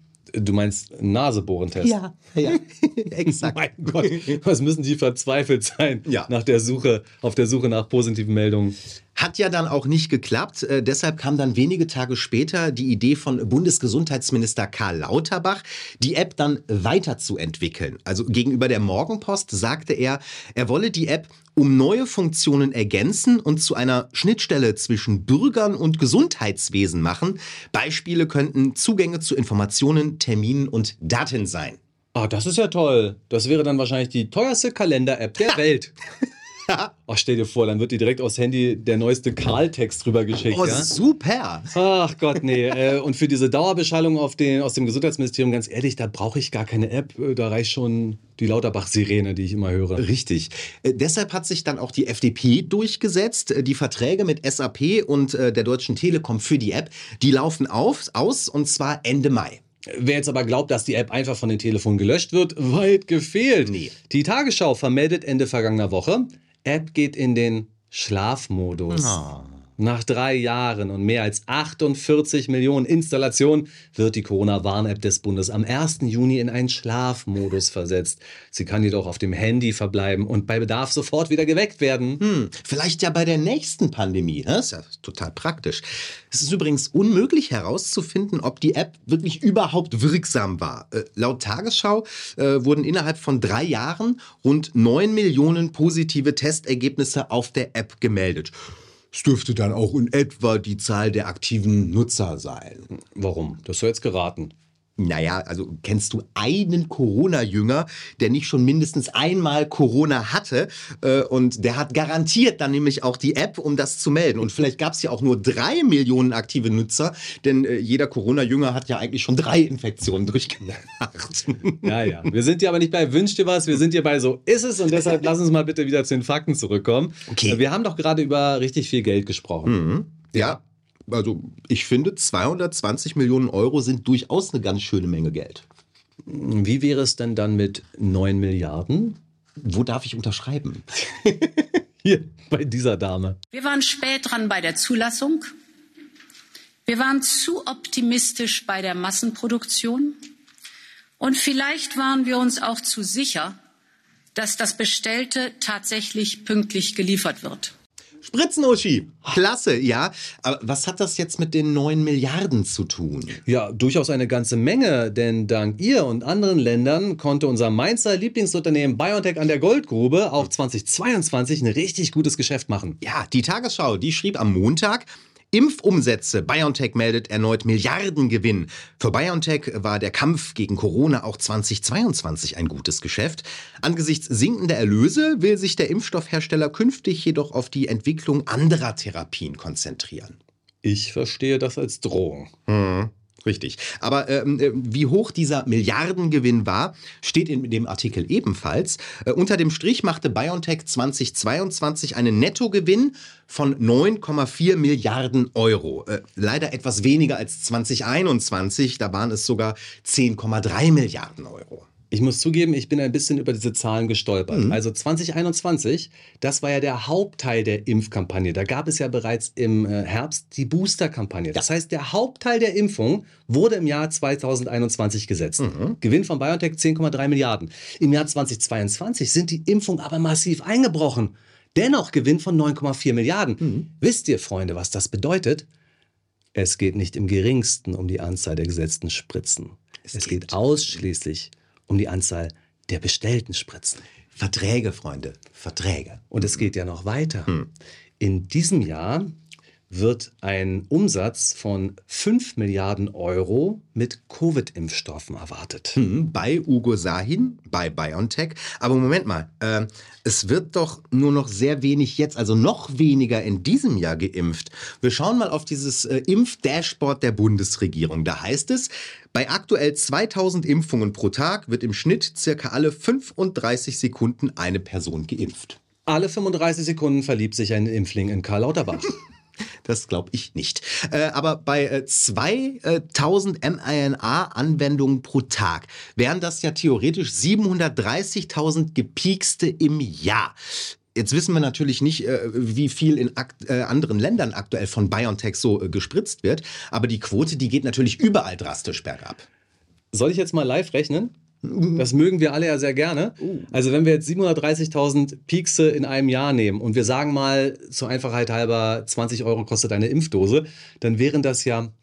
Speaker 5: Du meinst Nasebohrentest?
Speaker 6: Ja, exakt.
Speaker 5: Mein Gott, was müssen die verzweifelt sein auf der Suche nach positiven Meldungen?
Speaker 6: Hat ja dann auch nicht geklappt. Deshalb kam dann wenige Tage später die Idee von Bundesgesundheitsminister Karl Lauterbach, die App dann weiterzuentwickeln. Also gegenüber der Morgenpost sagte er wolle die App um neue Funktionen ergänzen und zu einer Schnittstelle zwischen Bürgern und Gesundheitswesen machen. Beispiele könnten Zugänge zu Informationen, Terminen und Daten sein.
Speaker 5: Ah, das ist ja toll. Das wäre dann wahrscheinlich die teuerste Kalender-App der Welt. Oh, stell dir vor, dann wird dir direkt aufs Handy der neueste Karl-Text drüber geschickt.
Speaker 6: Oh,
Speaker 5: ja?
Speaker 6: Super!
Speaker 5: Ach Gott, nee. Und für diese Dauerbeschallung aus dem Gesundheitsministerium, ganz ehrlich, da brauche ich gar keine App. Da reicht schon die Lauterbach-Sirene, die ich immer höre.
Speaker 6: Richtig. Deshalb hat sich dann auch die FDP durchgesetzt. Die Verträge mit SAP und der Deutschen Telekom für die App, die laufen aus und zwar Ende Mai.
Speaker 5: Wer jetzt aber glaubt, dass die App einfach von den Telefonen gelöscht wird, weit gefehlt.
Speaker 6: Nee.
Speaker 5: Die Tagesschau vermeldet Ende vergangener Woche, App geht in den Schlafmodus.
Speaker 6: Oh.
Speaker 5: Nach 3 Jahren und mehr als 48 Millionen Installationen wird die Corona-Warn-App des Bundes am 1. Juni in einen Schlafmodus versetzt. Sie kann jedoch auf dem Handy verbleiben und bei Bedarf sofort wieder geweckt werden.
Speaker 6: Vielleicht ja bei der nächsten Pandemie. Das ist ja total praktisch. Es ist übrigens unmöglich herauszufinden, ob die App wirklich überhaupt wirksam war. Laut Tagesschau wurden innerhalb von 3 Jahren rund 9 Millionen positive Testergebnisse auf der App gemeldet. Es dürfte dann auch in etwa die Zahl der aktiven Nutzer sein.
Speaker 5: Warum? Das hast du jetzt geraten.
Speaker 6: Naja, also kennst du einen Corona-Jünger, der nicht schon mindestens einmal Corona hatte? Und der hat garantiert dann nämlich auch die App, um das zu melden. Und vielleicht gab es ja auch nur 3 Millionen aktive Nutzer, denn jeder Corona-Jünger hat ja eigentlich schon 3 Infektionen durchgemacht.
Speaker 5: Ja. Wir sind ja aber nicht bei Wünsch dir was, wir sind hier bei So ist es. Und deshalb lass uns mal bitte wieder zu den Fakten zurückkommen.
Speaker 6: Okay.
Speaker 5: Wir haben doch gerade über richtig viel Geld gesprochen.
Speaker 6: Ja. Also ich finde, 220 Millionen Euro sind durchaus eine ganz schöne Menge Geld.
Speaker 5: Wie wäre es denn dann mit 9 Milliarden?
Speaker 6: Wo darf ich unterschreiben?
Speaker 5: Hier, bei dieser Dame.
Speaker 21: Wir waren spät dran bei der Zulassung. Wir waren zu optimistisch bei der Massenproduktion und vielleicht waren wir uns auch zu sicher, dass das Bestellte tatsächlich pünktlich geliefert wird.
Speaker 6: Spritzen-Uschi, klasse, ja. Aber was hat das jetzt mit den 9 Milliarden zu tun?
Speaker 5: Ja, durchaus eine ganze Menge, denn dank ihr und anderen Ländern konnte unser Mainzer Lieblingsunternehmen BioNTech an der Goldgrube auch 2022 ein richtig gutes Geschäft machen.
Speaker 6: Ja, die Tagesschau, die schrieb am Montag: Impfumsätze. BioNTech meldet erneut Milliardengewinn. Für BioNTech war der Kampf gegen Corona auch 2022 ein gutes Geschäft. Angesichts sinkender Erlöse will sich der Impfstoffhersteller künftig jedoch auf die Entwicklung anderer Therapien konzentrieren.
Speaker 5: Ich verstehe das als Drohung.
Speaker 6: Richtig. Aber wie hoch dieser Milliardengewinn war, steht in dem Artikel ebenfalls. Unter dem Strich machte BioNTech 2022 einen Nettogewinn von 9,4 Milliarden Euro. Leider etwas weniger als 2021, da waren es sogar 10,3 Milliarden Euro.
Speaker 5: Ich muss zugeben, ich bin ein bisschen über diese Zahlen gestolpert. Also 2021, das war ja der Hauptteil der Impfkampagne. Da gab es ja bereits im Herbst die Booster-Kampagne. Das heißt, der Hauptteil der Impfung wurde im Jahr 2021 gesetzt. Gewinn von BioNTech 10,3 Milliarden. Im Jahr 2022 sind die Impfungen aber massiv eingebrochen. Dennoch Gewinn von 9,4 Milliarden. Wisst ihr, Freunde, was das bedeutet? Es geht nicht im geringsten um die Anzahl der gesetzten Spritzen. Es geht ausschließlich um die Anzahl der bestellten Spritzen.
Speaker 6: Verträge, Freunde, Verträge.
Speaker 5: Und es geht ja noch weiter. In diesem Jahr wird ein Umsatz von 5 Milliarden Euro mit Covid-Impfstoffen erwartet.
Speaker 6: Bei Ugo Sahin, bei BioNTech. Aber Moment mal, es wird doch nur noch sehr wenig jetzt, also noch weniger in diesem Jahr geimpft. Wir schauen mal auf dieses Impfdashboard der Bundesregierung. Da heißt es, bei aktuell 2000 Impfungen pro Tag wird im Schnitt circa alle 35 Sekunden eine Person geimpft.
Speaker 5: Alle 35 Sekunden verliebt sich ein Impfling in Karl Lauterbach.
Speaker 6: Das glaube ich nicht. Aber bei 2000 mRNA-Anwendungen pro Tag wären das ja theoretisch 730.000 gepiekste im Jahr. Jetzt wissen wir natürlich nicht, wie viel in anderen Ländern aktuell von BioNTech so gespritzt wird. Aber die Quote, die geht natürlich überall drastisch bergab.
Speaker 5: Soll ich jetzt mal live rechnen? Das mögen wir alle ja sehr gerne. Also wenn wir jetzt 730.000 Piekse in einem Jahr nehmen und wir sagen mal zur Einfachheit halber 20 Euro kostet eine Impfdose, dann wären das ja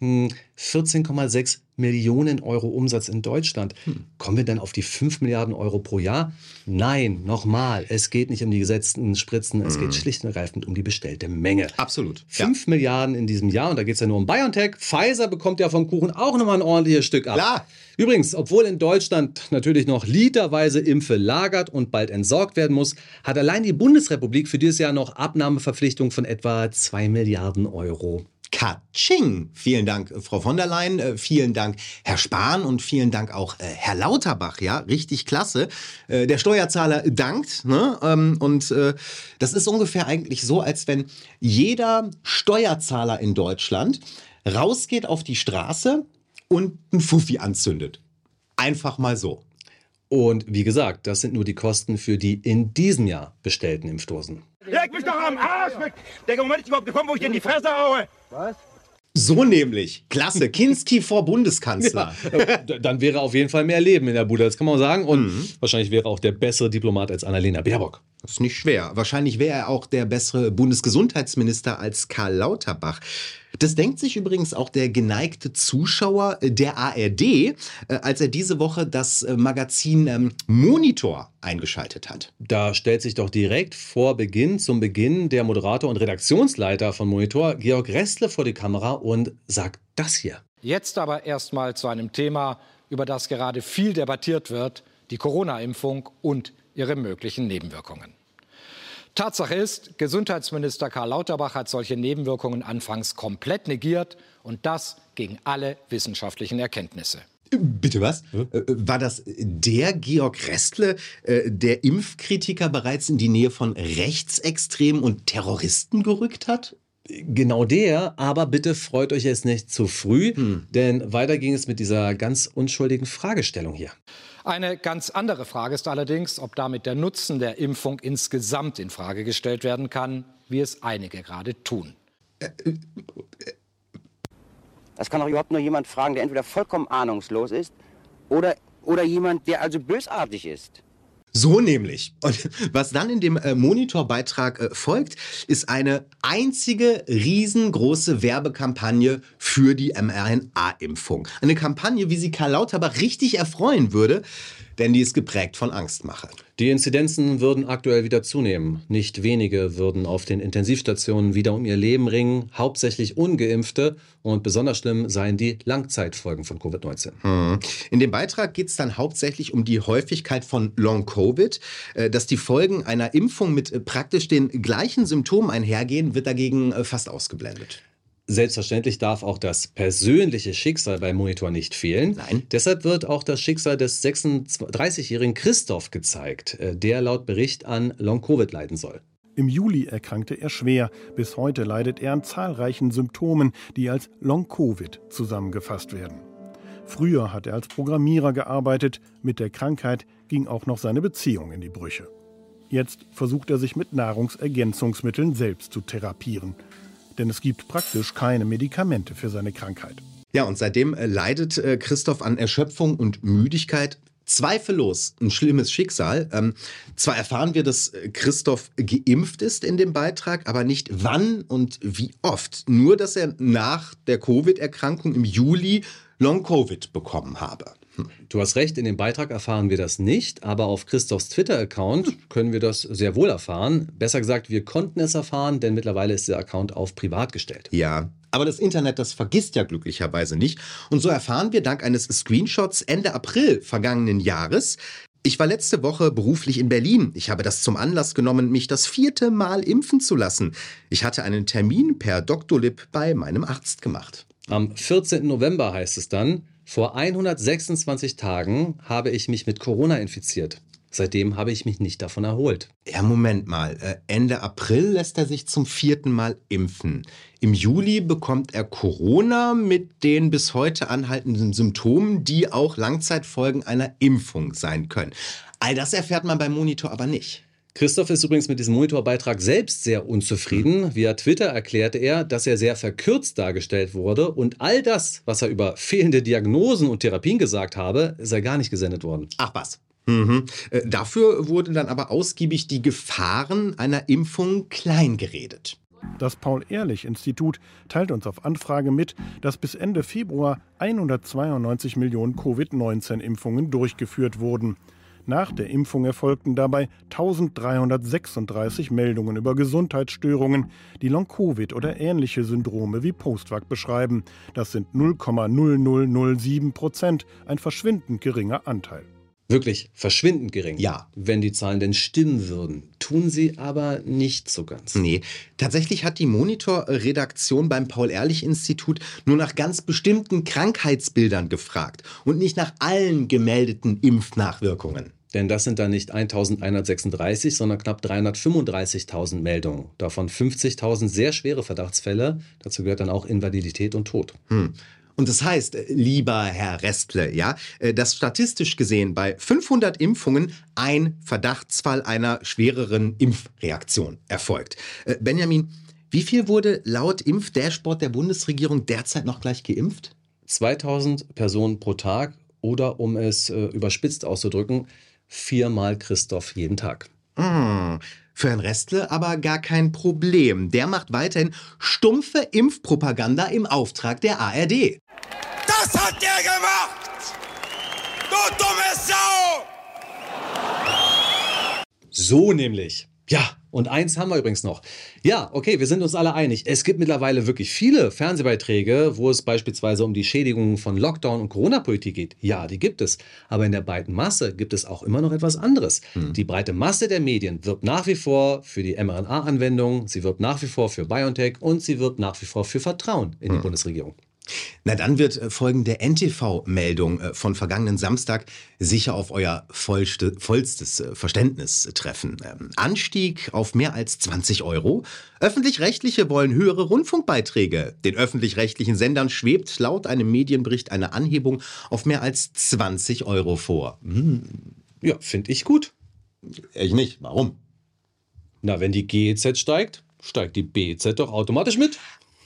Speaker 5: 14,6 Millionen Euro Umsatz in Deutschland. Kommen wir dann auf die 5 Milliarden Euro pro Jahr? Nein, nochmal, es geht nicht um die gesetzten Spritzen, es geht schlicht und ergreifend um die bestellte Menge.
Speaker 6: Absolut.
Speaker 5: 5 Milliarden in diesem Jahr und da geht es ja nur um BioNTech. Pfizer bekommt ja vom Kuchen auch nochmal ein ordentliches Stück ab.
Speaker 6: Klar.
Speaker 5: Übrigens, obwohl in Deutschland natürlich noch literweise Impfe lagert und bald entsorgt werden muss, hat allein die Bundesrepublik für dieses Jahr noch Abnahmeverpflichtungen von etwa 2 Milliarden Euro.
Speaker 6: Katsching! Vielen Dank, Frau von der Leyen, vielen Dank, Herr Spahn und vielen Dank auch Herr Lauterbach. Ja, richtig klasse. Der Steuerzahler dankt. Ne? Und das ist ungefähr eigentlich so, als wenn jeder Steuerzahler in Deutschland rausgeht auf die Straße und einen Fuffi anzündet. Einfach mal so.
Speaker 5: Und wie gesagt, das sind nur die Kosten für die in diesem Jahr bestellten Impfdosen.
Speaker 22: Leg mich doch am Arsch weg! Der Moment ist überhaupt gekommen, wo ich dir in die Fresse haue! Was?
Speaker 6: So nämlich. Klasse. Kinski vor Bundeskanzler.
Speaker 5: Ja, dann wäre auf jeden Fall mehr Leben in der Bude, das kann man sagen. Und wahrscheinlich wäre auch der bessere Diplomat als Annalena Baerbock.
Speaker 6: Das ist nicht schwer. Wahrscheinlich wäre er auch der bessere Bundesgesundheitsminister als Karl Lauterbach. Das denkt sich übrigens auch der geneigte Zuschauer der ARD, als er diese Woche das Magazin Monitor eingeschaltet hat.
Speaker 5: Da stellt sich doch direkt zum Beginn der Moderator und Redaktionsleiter von Monitor, Georg Restle, vor die Kamera und sagt das hier.
Speaker 23: Jetzt aber erstmal zu einem Thema, über das gerade viel debattiert wird, die Corona-Impfung und ihre möglichen Nebenwirkungen. Tatsache ist, Gesundheitsminister Karl Lauterbach hat solche Nebenwirkungen anfangs komplett negiert und das gegen alle wissenschaftlichen Erkenntnisse.
Speaker 6: Bitte was? War das der Georg Restle, der Impfkritiker bereits in die Nähe von Rechtsextremen und Terroristen gerückt hat?
Speaker 5: Genau der, aber bitte freut euch jetzt nicht zu früh, denn weiter ging es mit dieser ganz unschuldigen Fragestellung hier.
Speaker 23: Eine ganz andere Frage ist allerdings, ob damit der Nutzen der Impfung insgesamt in Frage gestellt werden kann, wie es einige gerade tun.
Speaker 1: Das kann doch überhaupt nur jemand fragen, der entweder vollkommen ahnungslos ist oder jemand, der also bösartig ist.
Speaker 6: So nämlich. Und was dann in dem Monitorbeitrag folgt, ist eine einzige riesengroße Werbekampagne für die mRNA-Impfung. Eine Kampagne, wie sie Karl Lauterbach richtig erfreuen würde, denn die ist geprägt von Angstmache.
Speaker 5: Die Inzidenzen würden aktuell wieder zunehmen. Nicht wenige würden auf den Intensivstationen wieder um ihr Leben ringen, hauptsächlich Ungeimpfte. Und besonders schlimm seien die Langzeitfolgen von Covid-19.
Speaker 6: In dem Beitrag geht es dann hauptsächlich um die Häufigkeit von Long-Covid. Dass die Folgen einer Impfung mit praktisch den gleichen Symptomen einhergehen, wird dagegen fast ausgeblendet.
Speaker 5: Selbstverständlich darf auch das persönliche Schicksal beim Monitor nicht fehlen.
Speaker 6: Nein.
Speaker 5: Deshalb wird auch das Schicksal des 36-jährigen Christoph gezeigt, der laut Bericht an Long-Covid leiden soll.
Speaker 2: Im Juli erkrankte er schwer. Bis heute leidet er an zahlreichen Symptomen, die als Long-Covid zusammengefasst werden. Früher hat er als Programmierer gearbeitet. Mit der Krankheit ging auch noch seine Beziehung in die Brüche. Jetzt versucht er sich mit Nahrungsergänzungsmitteln selbst zu therapieren. Denn es gibt praktisch keine Medikamente für seine Krankheit.
Speaker 6: Ja, und seitdem leidet Christoph an Erschöpfung und Müdigkeit. Zweifellos ein schlimmes Schicksal. Zwar erfahren wir, dass Christoph geimpft ist in dem Beitrag, aber nicht wann und wie oft. Nur, dass er nach der Covid-Erkrankung im Juli Long-Covid bekommen habe.
Speaker 5: Du hast recht, in dem Beitrag erfahren wir das nicht, aber auf Christophs Twitter-Account können wir das sehr wohl erfahren. Besser gesagt, wir konnten es erfahren, denn mittlerweile ist der Account auf privat gestellt.
Speaker 6: Ja, aber das Internet, das vergisst ja glücklicherweise nicht. Und so erfahren wir dank eines Screenshots Ende April vergangenen Jahres: Ich war letzte Woche beruflich in Berlin. Ich habe das zum Anlass genommen, mich das 4. Mal impfen zu lassen. Ich hatte einen Termin per Doctolib bei meinem Arzt gemacht.
Speaker 5: Am 14. November heißt es dann: Vor 126 Tagen habe ich mich mit Corona infiziert. Seitdem habe ich mich nicht davon erholt.
Speaker 6: Ja, Moment mal. Ende April lässt er sich zum 4. Mal impfen. Im Juli bekommt er Corona mit den bis heute anhaltenden Symptomen, die auch Langzeitfolgen einer Impfung sein können. All das erfährt man beim Monitor aber nicht.
Speaker 5: Christoph ist übrigens mit diesem Monitorbeitrag selbst sehr unzufrieden. Via Twitter erklärte er, dass er sehr verkürzt dargestellt wurde und all das, was er über fehlende Diagnosen und Therapien gesagt habe, sei gar nicht gesendet worden.
Speaker 6: Ach was. Dafür wurden dann aber ausgiebig die Gefahren einer Impfung kleingeredet.
Speaker 2: Das Paul-Ehrlich-Institut teilt uns auf Anfrage mit, dass bis Ende Februar 192 Millionen Covid-19-Impfungen durchgeführt wurden. Nach der Impfung erfolgten dabei 1336 Meldungen über Gesundheitsstörungen, die Long-Covid oder ähnliche Syndrome wie Post-Vac beschreiben. Das sind 0,0007%, ein verschwindend geringer Anteil.
Speaker 5: Wirklich verschwindend gering.
Speaker 6: Ja.
Speaker 5: Wenn die Zahlen denn stimmen würden. Tun sie aber nicht so ganz.
Speaker 6: Nee, tatsächlich hat die Monitor-Redaktion beim Paul-Ehrlich-Institut nur nach ganz bestimmten Krankheitsbildern gefragt und nicht nach allen gemeldeten Impfnachwirkungen.
Speaker 5: Denn das sind dann nicht 1.136, sondern knapp 335.000 Meldungen. Davon 50.000 sehr schwere Verdachtsfälle. Dazu gehört dann auch Invalidität und Tod.
Speaker 6: Und das heißt, lieber Herr Restle, ja, dass statistisch gesehen bei 500 Impfungen ein Verdachtsfall einer schwereren Impfreaktion erfolgt. Benjamin, wie viel wurde laut Impfdashboard der Bundesregierung derzeit noch gleich geimpft?
Speaker 5: 2.000 Personen pro Tag oder, um es überspitzt auszudrücken, 4-mal Christoph jeden Tag.
Speaker 6: Für Herrn Restle aber gar kein Problem. Der macht weiterhin stumpfe Impfpropaganda im Auftrag der ARD.
Speaker 22: Das hat der gemacht! Du dumme Sau!
Speaker 5: So nämlich. Ja, und eins haben wir übrigens noch. Ja, okay, wir sind uns alle einig. Es gibt mittlerweile wirklich viele Fernsehbeiträge, wo es beispielsweise um die Schädigungen von Lockdown und Corona-Politik geht. Ja, die gibt es. Aber in der breiten Masse gibt es auch immer noch etwas anderes. Die breite Masse der Medien wirbt nach wie vor für die mRNA-Anwendung, sie wirbt nach wie vor für BioNTech und sie wirbt nach wie vor für Vertrauen in die Bundesregierung.
Speaker 6: Na, dann wird folgende NTV-Meldung von vergangenen Samstag sicher auf euer vollstes Verständnis treffen. Anstieg auf mehr als 20 Euro. Öffentlich-Rechtliche wollen höhere Rundfunkbeiträge. Den öffentlich-rechtlichen Sendern schwebt laut einem Medienbericht eine Anhebung auf mehr als 20 Euro vor.
Speaker 5: Ja, finde ich gut.
Speaker 6: Ich nicht. Warum?
Speaker 5: Na, wenn die GEZ steigt, steigt die BZ doch automatisch mit.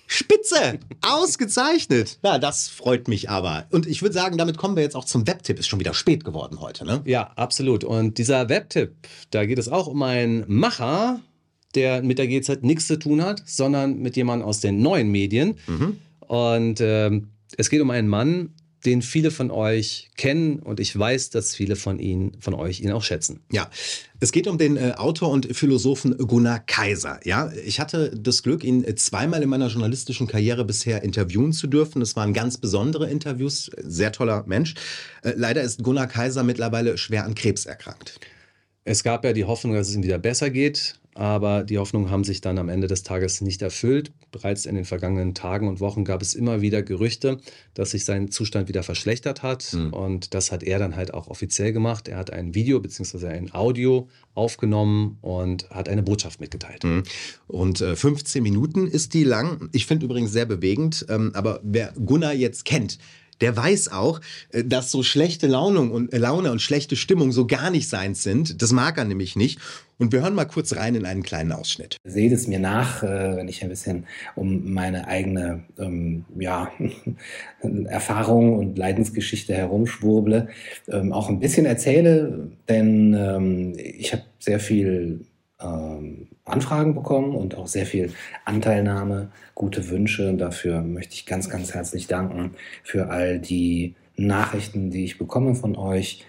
Speaker 6: Spitze! Ausgezeichnet! Ja, das freut mich aber. Und ich würde sagen, damit kommen wir jetzt auch zum Webtipp. Ist schon wieder spät geworden heute, ne?
Speaker 5: Ja, absolut. Und dieser Webtipp, da geht es auch um einen Macher, der mit der GZ nichts zu tun hat, sondern mit jemandem aus den neuen Medien. Und es geht um einen Mann, den viele von euch kennen, und ich weiß, dass viele von euch ihn auch schätzen.
Speaker 6: Ja, es geht um den Autor und Philosophen Gunnar Kaiser. Ja, ich hatte das Glück, ihn zweimal in meiner journalistischen Karriere bisher interviewen zu dürfen. Es waren ganz besondere Interviews, sehr toller Mensch. Leider ist Gunnar Kaiser mittlerweile schwer an Krebs erkrankt.
Speaker 5: Es gab ja die Hoffnung, dass es ihm wieder besser geht, aber die Hoffnungen haben sich dann am Ende des Tages nicht erfüllt. Bereits in den vergangenen Tagen und Wochen gab es immer wieder Gerüchte, dass sich sein Zustand wieder verschlechtert hat. Und das hat er dann halt auch offiziell gemacht. Er hat ein Video bzw. ein Audio aufgenommen und hat eine Botschaft mitgeteilt.
Speaker 6: Und 15 Minuten ist die lang. Ich finde übrigens sehr bewegend. Aber wer Gunnar jetzt kennt, der weiß auch, dass so schlechte Laune und schlechte Stimmung so gar nicht seins sind. Das mag er nämlich nicht. Und wir hören mal kurz rein in einen kleinen Ausschnitt.
Speaker 4: Seht es mir nach, wenn ich ein bisschen um meine eigene Erfahrung und Leidensgeschichte herumschwurble, auch ein bisschen erzähle, denn ich habe sehr viel Anfragen bekommen und auch sehr viel Anteilnahme, gute Wünsche. Und dafür möchte ich ganz, ganz herzlich danken für all die Nachrichten, die ich bekomme von euch,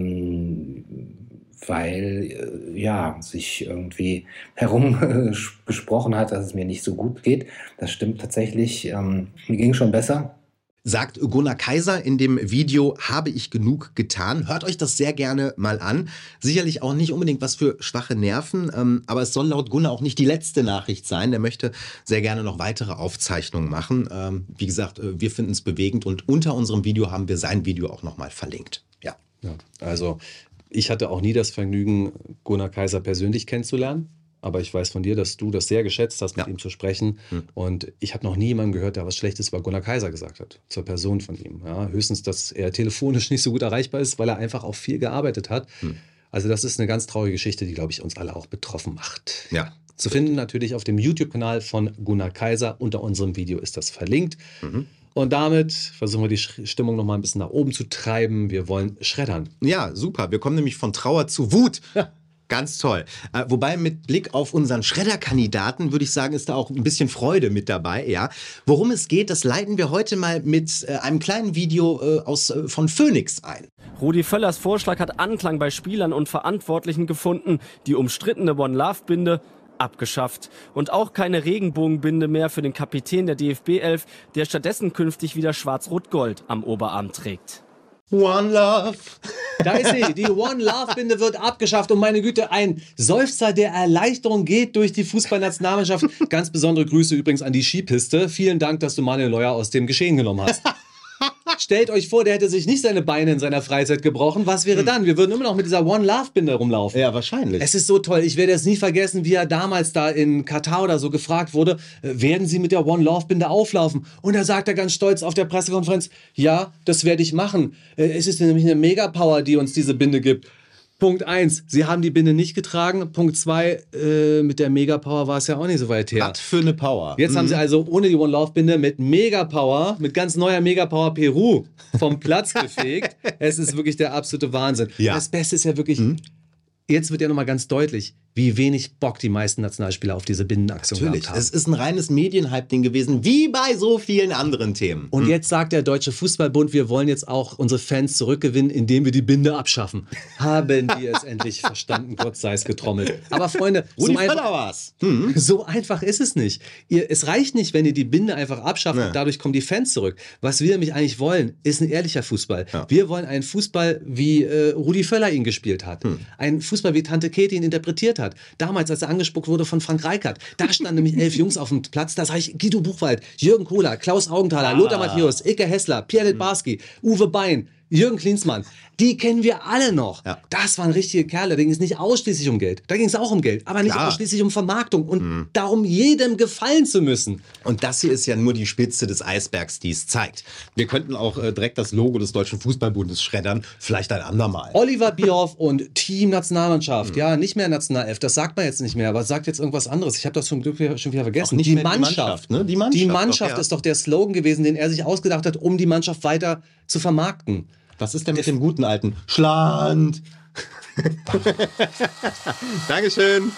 Speaker 4: weil sich irgendwie herumgesprochen hat, dass es mir nicht so gut geht. Das stimmt tatsächlich. Mir ging schon besser.
Speaker 6: Sagt Gunnar Kaiser in dem Video "Habe ich genug getan?". Hört euch das sehr gerne mal an. Sicherlich auch nicht unbedingt was für schwache Nerven, aber es soll laut Gunnar auch nicht die letzte Nachricht sein. Der möchte sehr gerne noch weitere Aufzeichnungen machen. Wie gesagt, wir finden es bewegend und unter unserem Video haben wir sein Video auch nochmal verlinkt. Ja,
Speaker 5: also ich hatte auch nie das Vergnügen, Gunnar Kaiser persönlich kennenzulernen. Aber ich weiß von dir, dass du das sehr geschätzt hast, mit ihm zu sprechen. Und ich habe noch nie jemanden gehört, der was Schlechtes über Gunnar Kaiser gesagt hat, zur Person von ihm. Ja, höchstens, dass er telefonisch nicht so gut erreichbar ist, weil er einfach auch viel gearbeitet hat. Also das ist eine ganz traurige Geschichte, die, glaube ich, uns alle auch betroffen macht.
Speaker 6: Ja.
Speaker 5: Zu finden natürlich auf dem YouTube-Kanal von Gunnar Kaiser. Unter unserem Video ist das verlinkt. Und damit versuchen wir die Stimmung noch mal ein bisschen nach oben zu treiben. Wir wollen schreddern.
Speaker 6: Ja, super. Wir kommen nämlich von Trauer zu Wut. Ja. Ganz toll. Wobei mit Blick auf unseren Schredderkandidaten würde ich sagen, ist da auch ein bisschen Freude mit dabei. Ja. Worum es geht, das leiten wir heute mal mit einem kleinen Video von Phoenix ein.
Speaker 7: Rudi Völlers Vorschlag hat Anklang bei Spielern und Verantwortlichen gefunden. Die umstrittene One-Love-Binde abgeschafft. Und auch keine Regenbogenbinde mehr für den Kapitän der DFB-11, der stattdessen künftig wieder Schwarz-Rot-Gold am Oberarm trägt.
Speaker 6: One Love.
Speaker 5: Da ist sie, die One Love Binde wird abgeschafft und meine Güte, ein Seufzer der Erleichterung geht durch die Fußballnationalmannschaft. Ganz besondere Grüße übrigens an die Skipiste. Vielen Dank, dass du Manuel Neuer aus dem Geschehen genommen hast. Stellt euch vor, der hätte sich nicht seine Beine in seiner Freizeit gebrochen. Was wäre dann? Wir würden immer noch mit dieser One Love Binde rumlaufen.
Speaker 6: Ja, wahrscheinlich.
Speaker 5: Es ist so toll. Ich werde es nie vergessen, wie er damals da in Katar oder so gefragt wurde, werden Sie mit der One Love Binde auflaufen? Und da sagt er ganz stolz auf der Pressekonferenz, ja, das werde ich machen. Es ist nämlich eine Megapower, die uns diese Binde gibt. Punkt 1, Sie haben die Binde nicht getragen. Punkt 2, mit der Megapower war es ja auch nicht so weit her.
Speaker 6: Was für eine Power.
Speaker 5: Jetzt haben Sie also ohne die One Love Binde mit Megapower, mit ganz neuer Megapower Peru vom Platz gefegt. Es ist wirklich der absolute Wahnsinn.
Speaker 6: Ja.
Speaker 5: Das Beste ist ja wirklich, jetzt wird ja nochmal ganz deutlich, wie wenig Bock die meisten Nationalspieler auf diese Bindenaktion gehabt haben.
Speaker 6: Es ist ein reines Medienhype-Ding gewesen, wie bei so vielen anderen Themen.
Speaker 5: Und jetzt sagt der Deutsche Fußballbund, wir wollen jetzt auch unsere Fans zurückgewinnen, indem wir die Binde abschaffen. Haben die es endlich verstanden, Gott sei es getrommelt. Aber Freunde, so einfach ist es nicht. Es reicht nicht, wenn ihr die Binde einfach abschafft und dadurch kommen die Fans zurück. Was wir nämlich eigentlich wollen, ist ein ehrlicher Fußball. Ja. Wir wollen einen Fußball, wie Rudi Völler ihn gespielt hat. Ein Fußball, wie Tante Käthe ihn interpretiert hat. Damals, als er angespuckt wurde von Frank Rijkaard, da standen nämlich 11 Jungs auf dem Platz. Da sage ich Guido Buchwald, Jürgen Kohler, Klaus Augenthaler, Lothar Matthäus, Icke Hessler, Pierre Littbarski, Uwe Bein. Jürgen Klinsmann, die kennen wir alle noch. Ja. Das waren richtige Kerle, da ging es nicht ausschließlich um Geld. Da ging es auch um Geld, aber nicht ausschließlich um Vermarktung und darum, jedem gefallen zu müssen.
Speaker 6: Und das hier ist ja nur die Spitze des Eisbergs, die es zeigt. Wir könnten auch direkt das Logo des Deutschen Fußballbundes schreddern, vielleicht ein andermal.
Speaker 5: Oliver Bierhoff und Team Nationalmannschaft, ja, nicht mehr Nationalelf, das sagt man jetzt nicht mehr, aber sagt jetzt irgendwas anderes. Ich habe das zum Glück schon wieder vergessen.
Speaker 6: Die Mannschaft, ne? Die
Speaker 5: Mannschaft ist doch der Slogan gewesen, den er sich ausgedacht hat, um die Mannschaft weiter zu vermarkten.
Speaker 6: Was ist denn mit dem guten alten Schland? Dankeschön.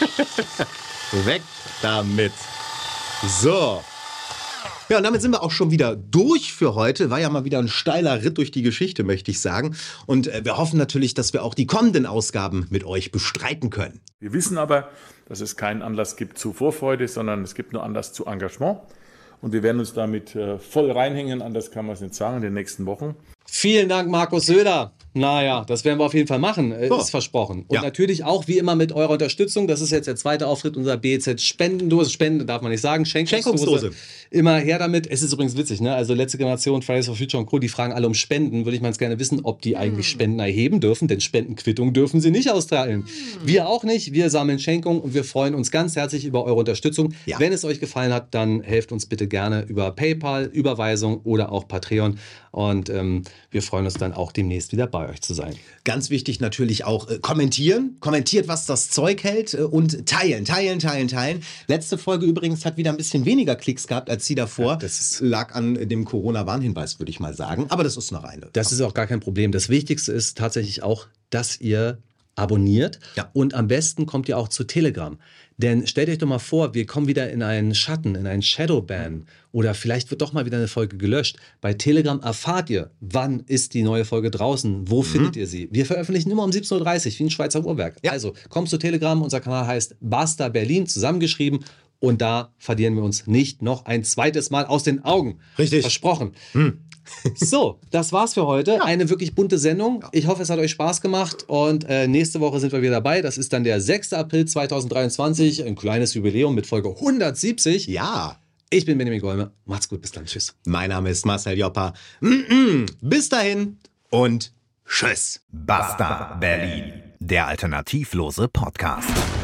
Speaker 6: Weg damit. So. Ja, und damit sind wir auch schon wieder durch für heute. War ja mal wieder ein steiler Ritt durch die Geschichte, möchte ich sagen. Und wir hoffen natürlich, dass wir auch die kommenden Ausgaben mit euch bestreiten können.
Speaker 8: Wir wissen aber, dass es keinen Anlass gibt zu Vorfreude, sondern es gibt nur Anlass zu Engagement. Und wir werden uns damit voll reinhängen, anders kann man es nicht sagen, in den nächsten Wochen.
Speaker 5: Vielen Dank, Markus Söder. Naja, das werden wir auf jeden Fall machen, ist versprochen. Und natürlich auch wie immer mit eurer Unterstützung. Das ist jetzt der zweite Auftritt unserer BEZ-Spendendose. Spenden darf man nicht sagen, Schenkungsdose. Immer her damit. Es ist übrigens witzig, ne? Also letzte Generation, Fridays for Future und Co., die fragen alle um Spenden. Würde ich mal gerne wissen, ob die eigentlich Spenden erheben dürfen, denn Spendenquittungen dürfen sie nicht austeilen. Wir auch nicht. Wir sammeln Schenkungen und wir freuen uns ganz herzlich über eure Unterstützung. Ja. Wenn es euch gefallen hat, dann helft uns bitte gerne über PayPal, Überweisung oder auch Patreon. Und wir freuen uns dann auch demnächst wieder bei euch zu sein.
Speaker 6: Ganz wichtig natürlich auch kommentieren. Kommentiert, was das Zeug hält und teilen. Letzte Folge übrigens hat wieder ein bisschen weniger Klicks gehabt als die davor. Ja, das lag an dem Corona-Warnhinweis, würde ich mal sagen. Aber das ist noch eine.
Speaker 5: Das ist auch gar kein Problem. Das Wichtigste ist tatsächlich auch, dass ihr abonniert und am besten kommt ihr auch zu Telegram. Denn stellt euch doch mal vor, wir kommen wieder in einen Schatten, in einen Shadowban oder vielleicht wird doch mal wieder eine Folge gelöscht. Bei Telegram erfahrt ihr, wann ist die neue Folge draußen, wo findet ihr sie. Wir veröffentlichen immer um 17.30 Uhr wie ein Schweizer Uhrwerk. Ja. Also kommt zu Telegram, unser Kanal heißt Basta Berlin, zusammengeschrieben und da verlieren wir uns nicht noch ein zweites Mal aus den Augen.
Speaker 6: Richtig.
Speaker 5: Versprochen. So, das war's für heute. Eine wirklich bunte Sendung. Ich hoffe, es hat euch Spaß gemacht und nächste Woche sind wir wieder dabei. Das ist dann der 6. April 2023. Ein kleines Jubiläum mit Folge 170.
Speaker 6: Ja.
Speaker 5: Ich bin Benjamin Golme. Macht's gut, bis dann. Tschüss.
Speaker 6: Mein Name ist Marcel Joppa. Bis dahin und tschüss.
Speaker 9: Basta Berlin, der alternativlose Podcast.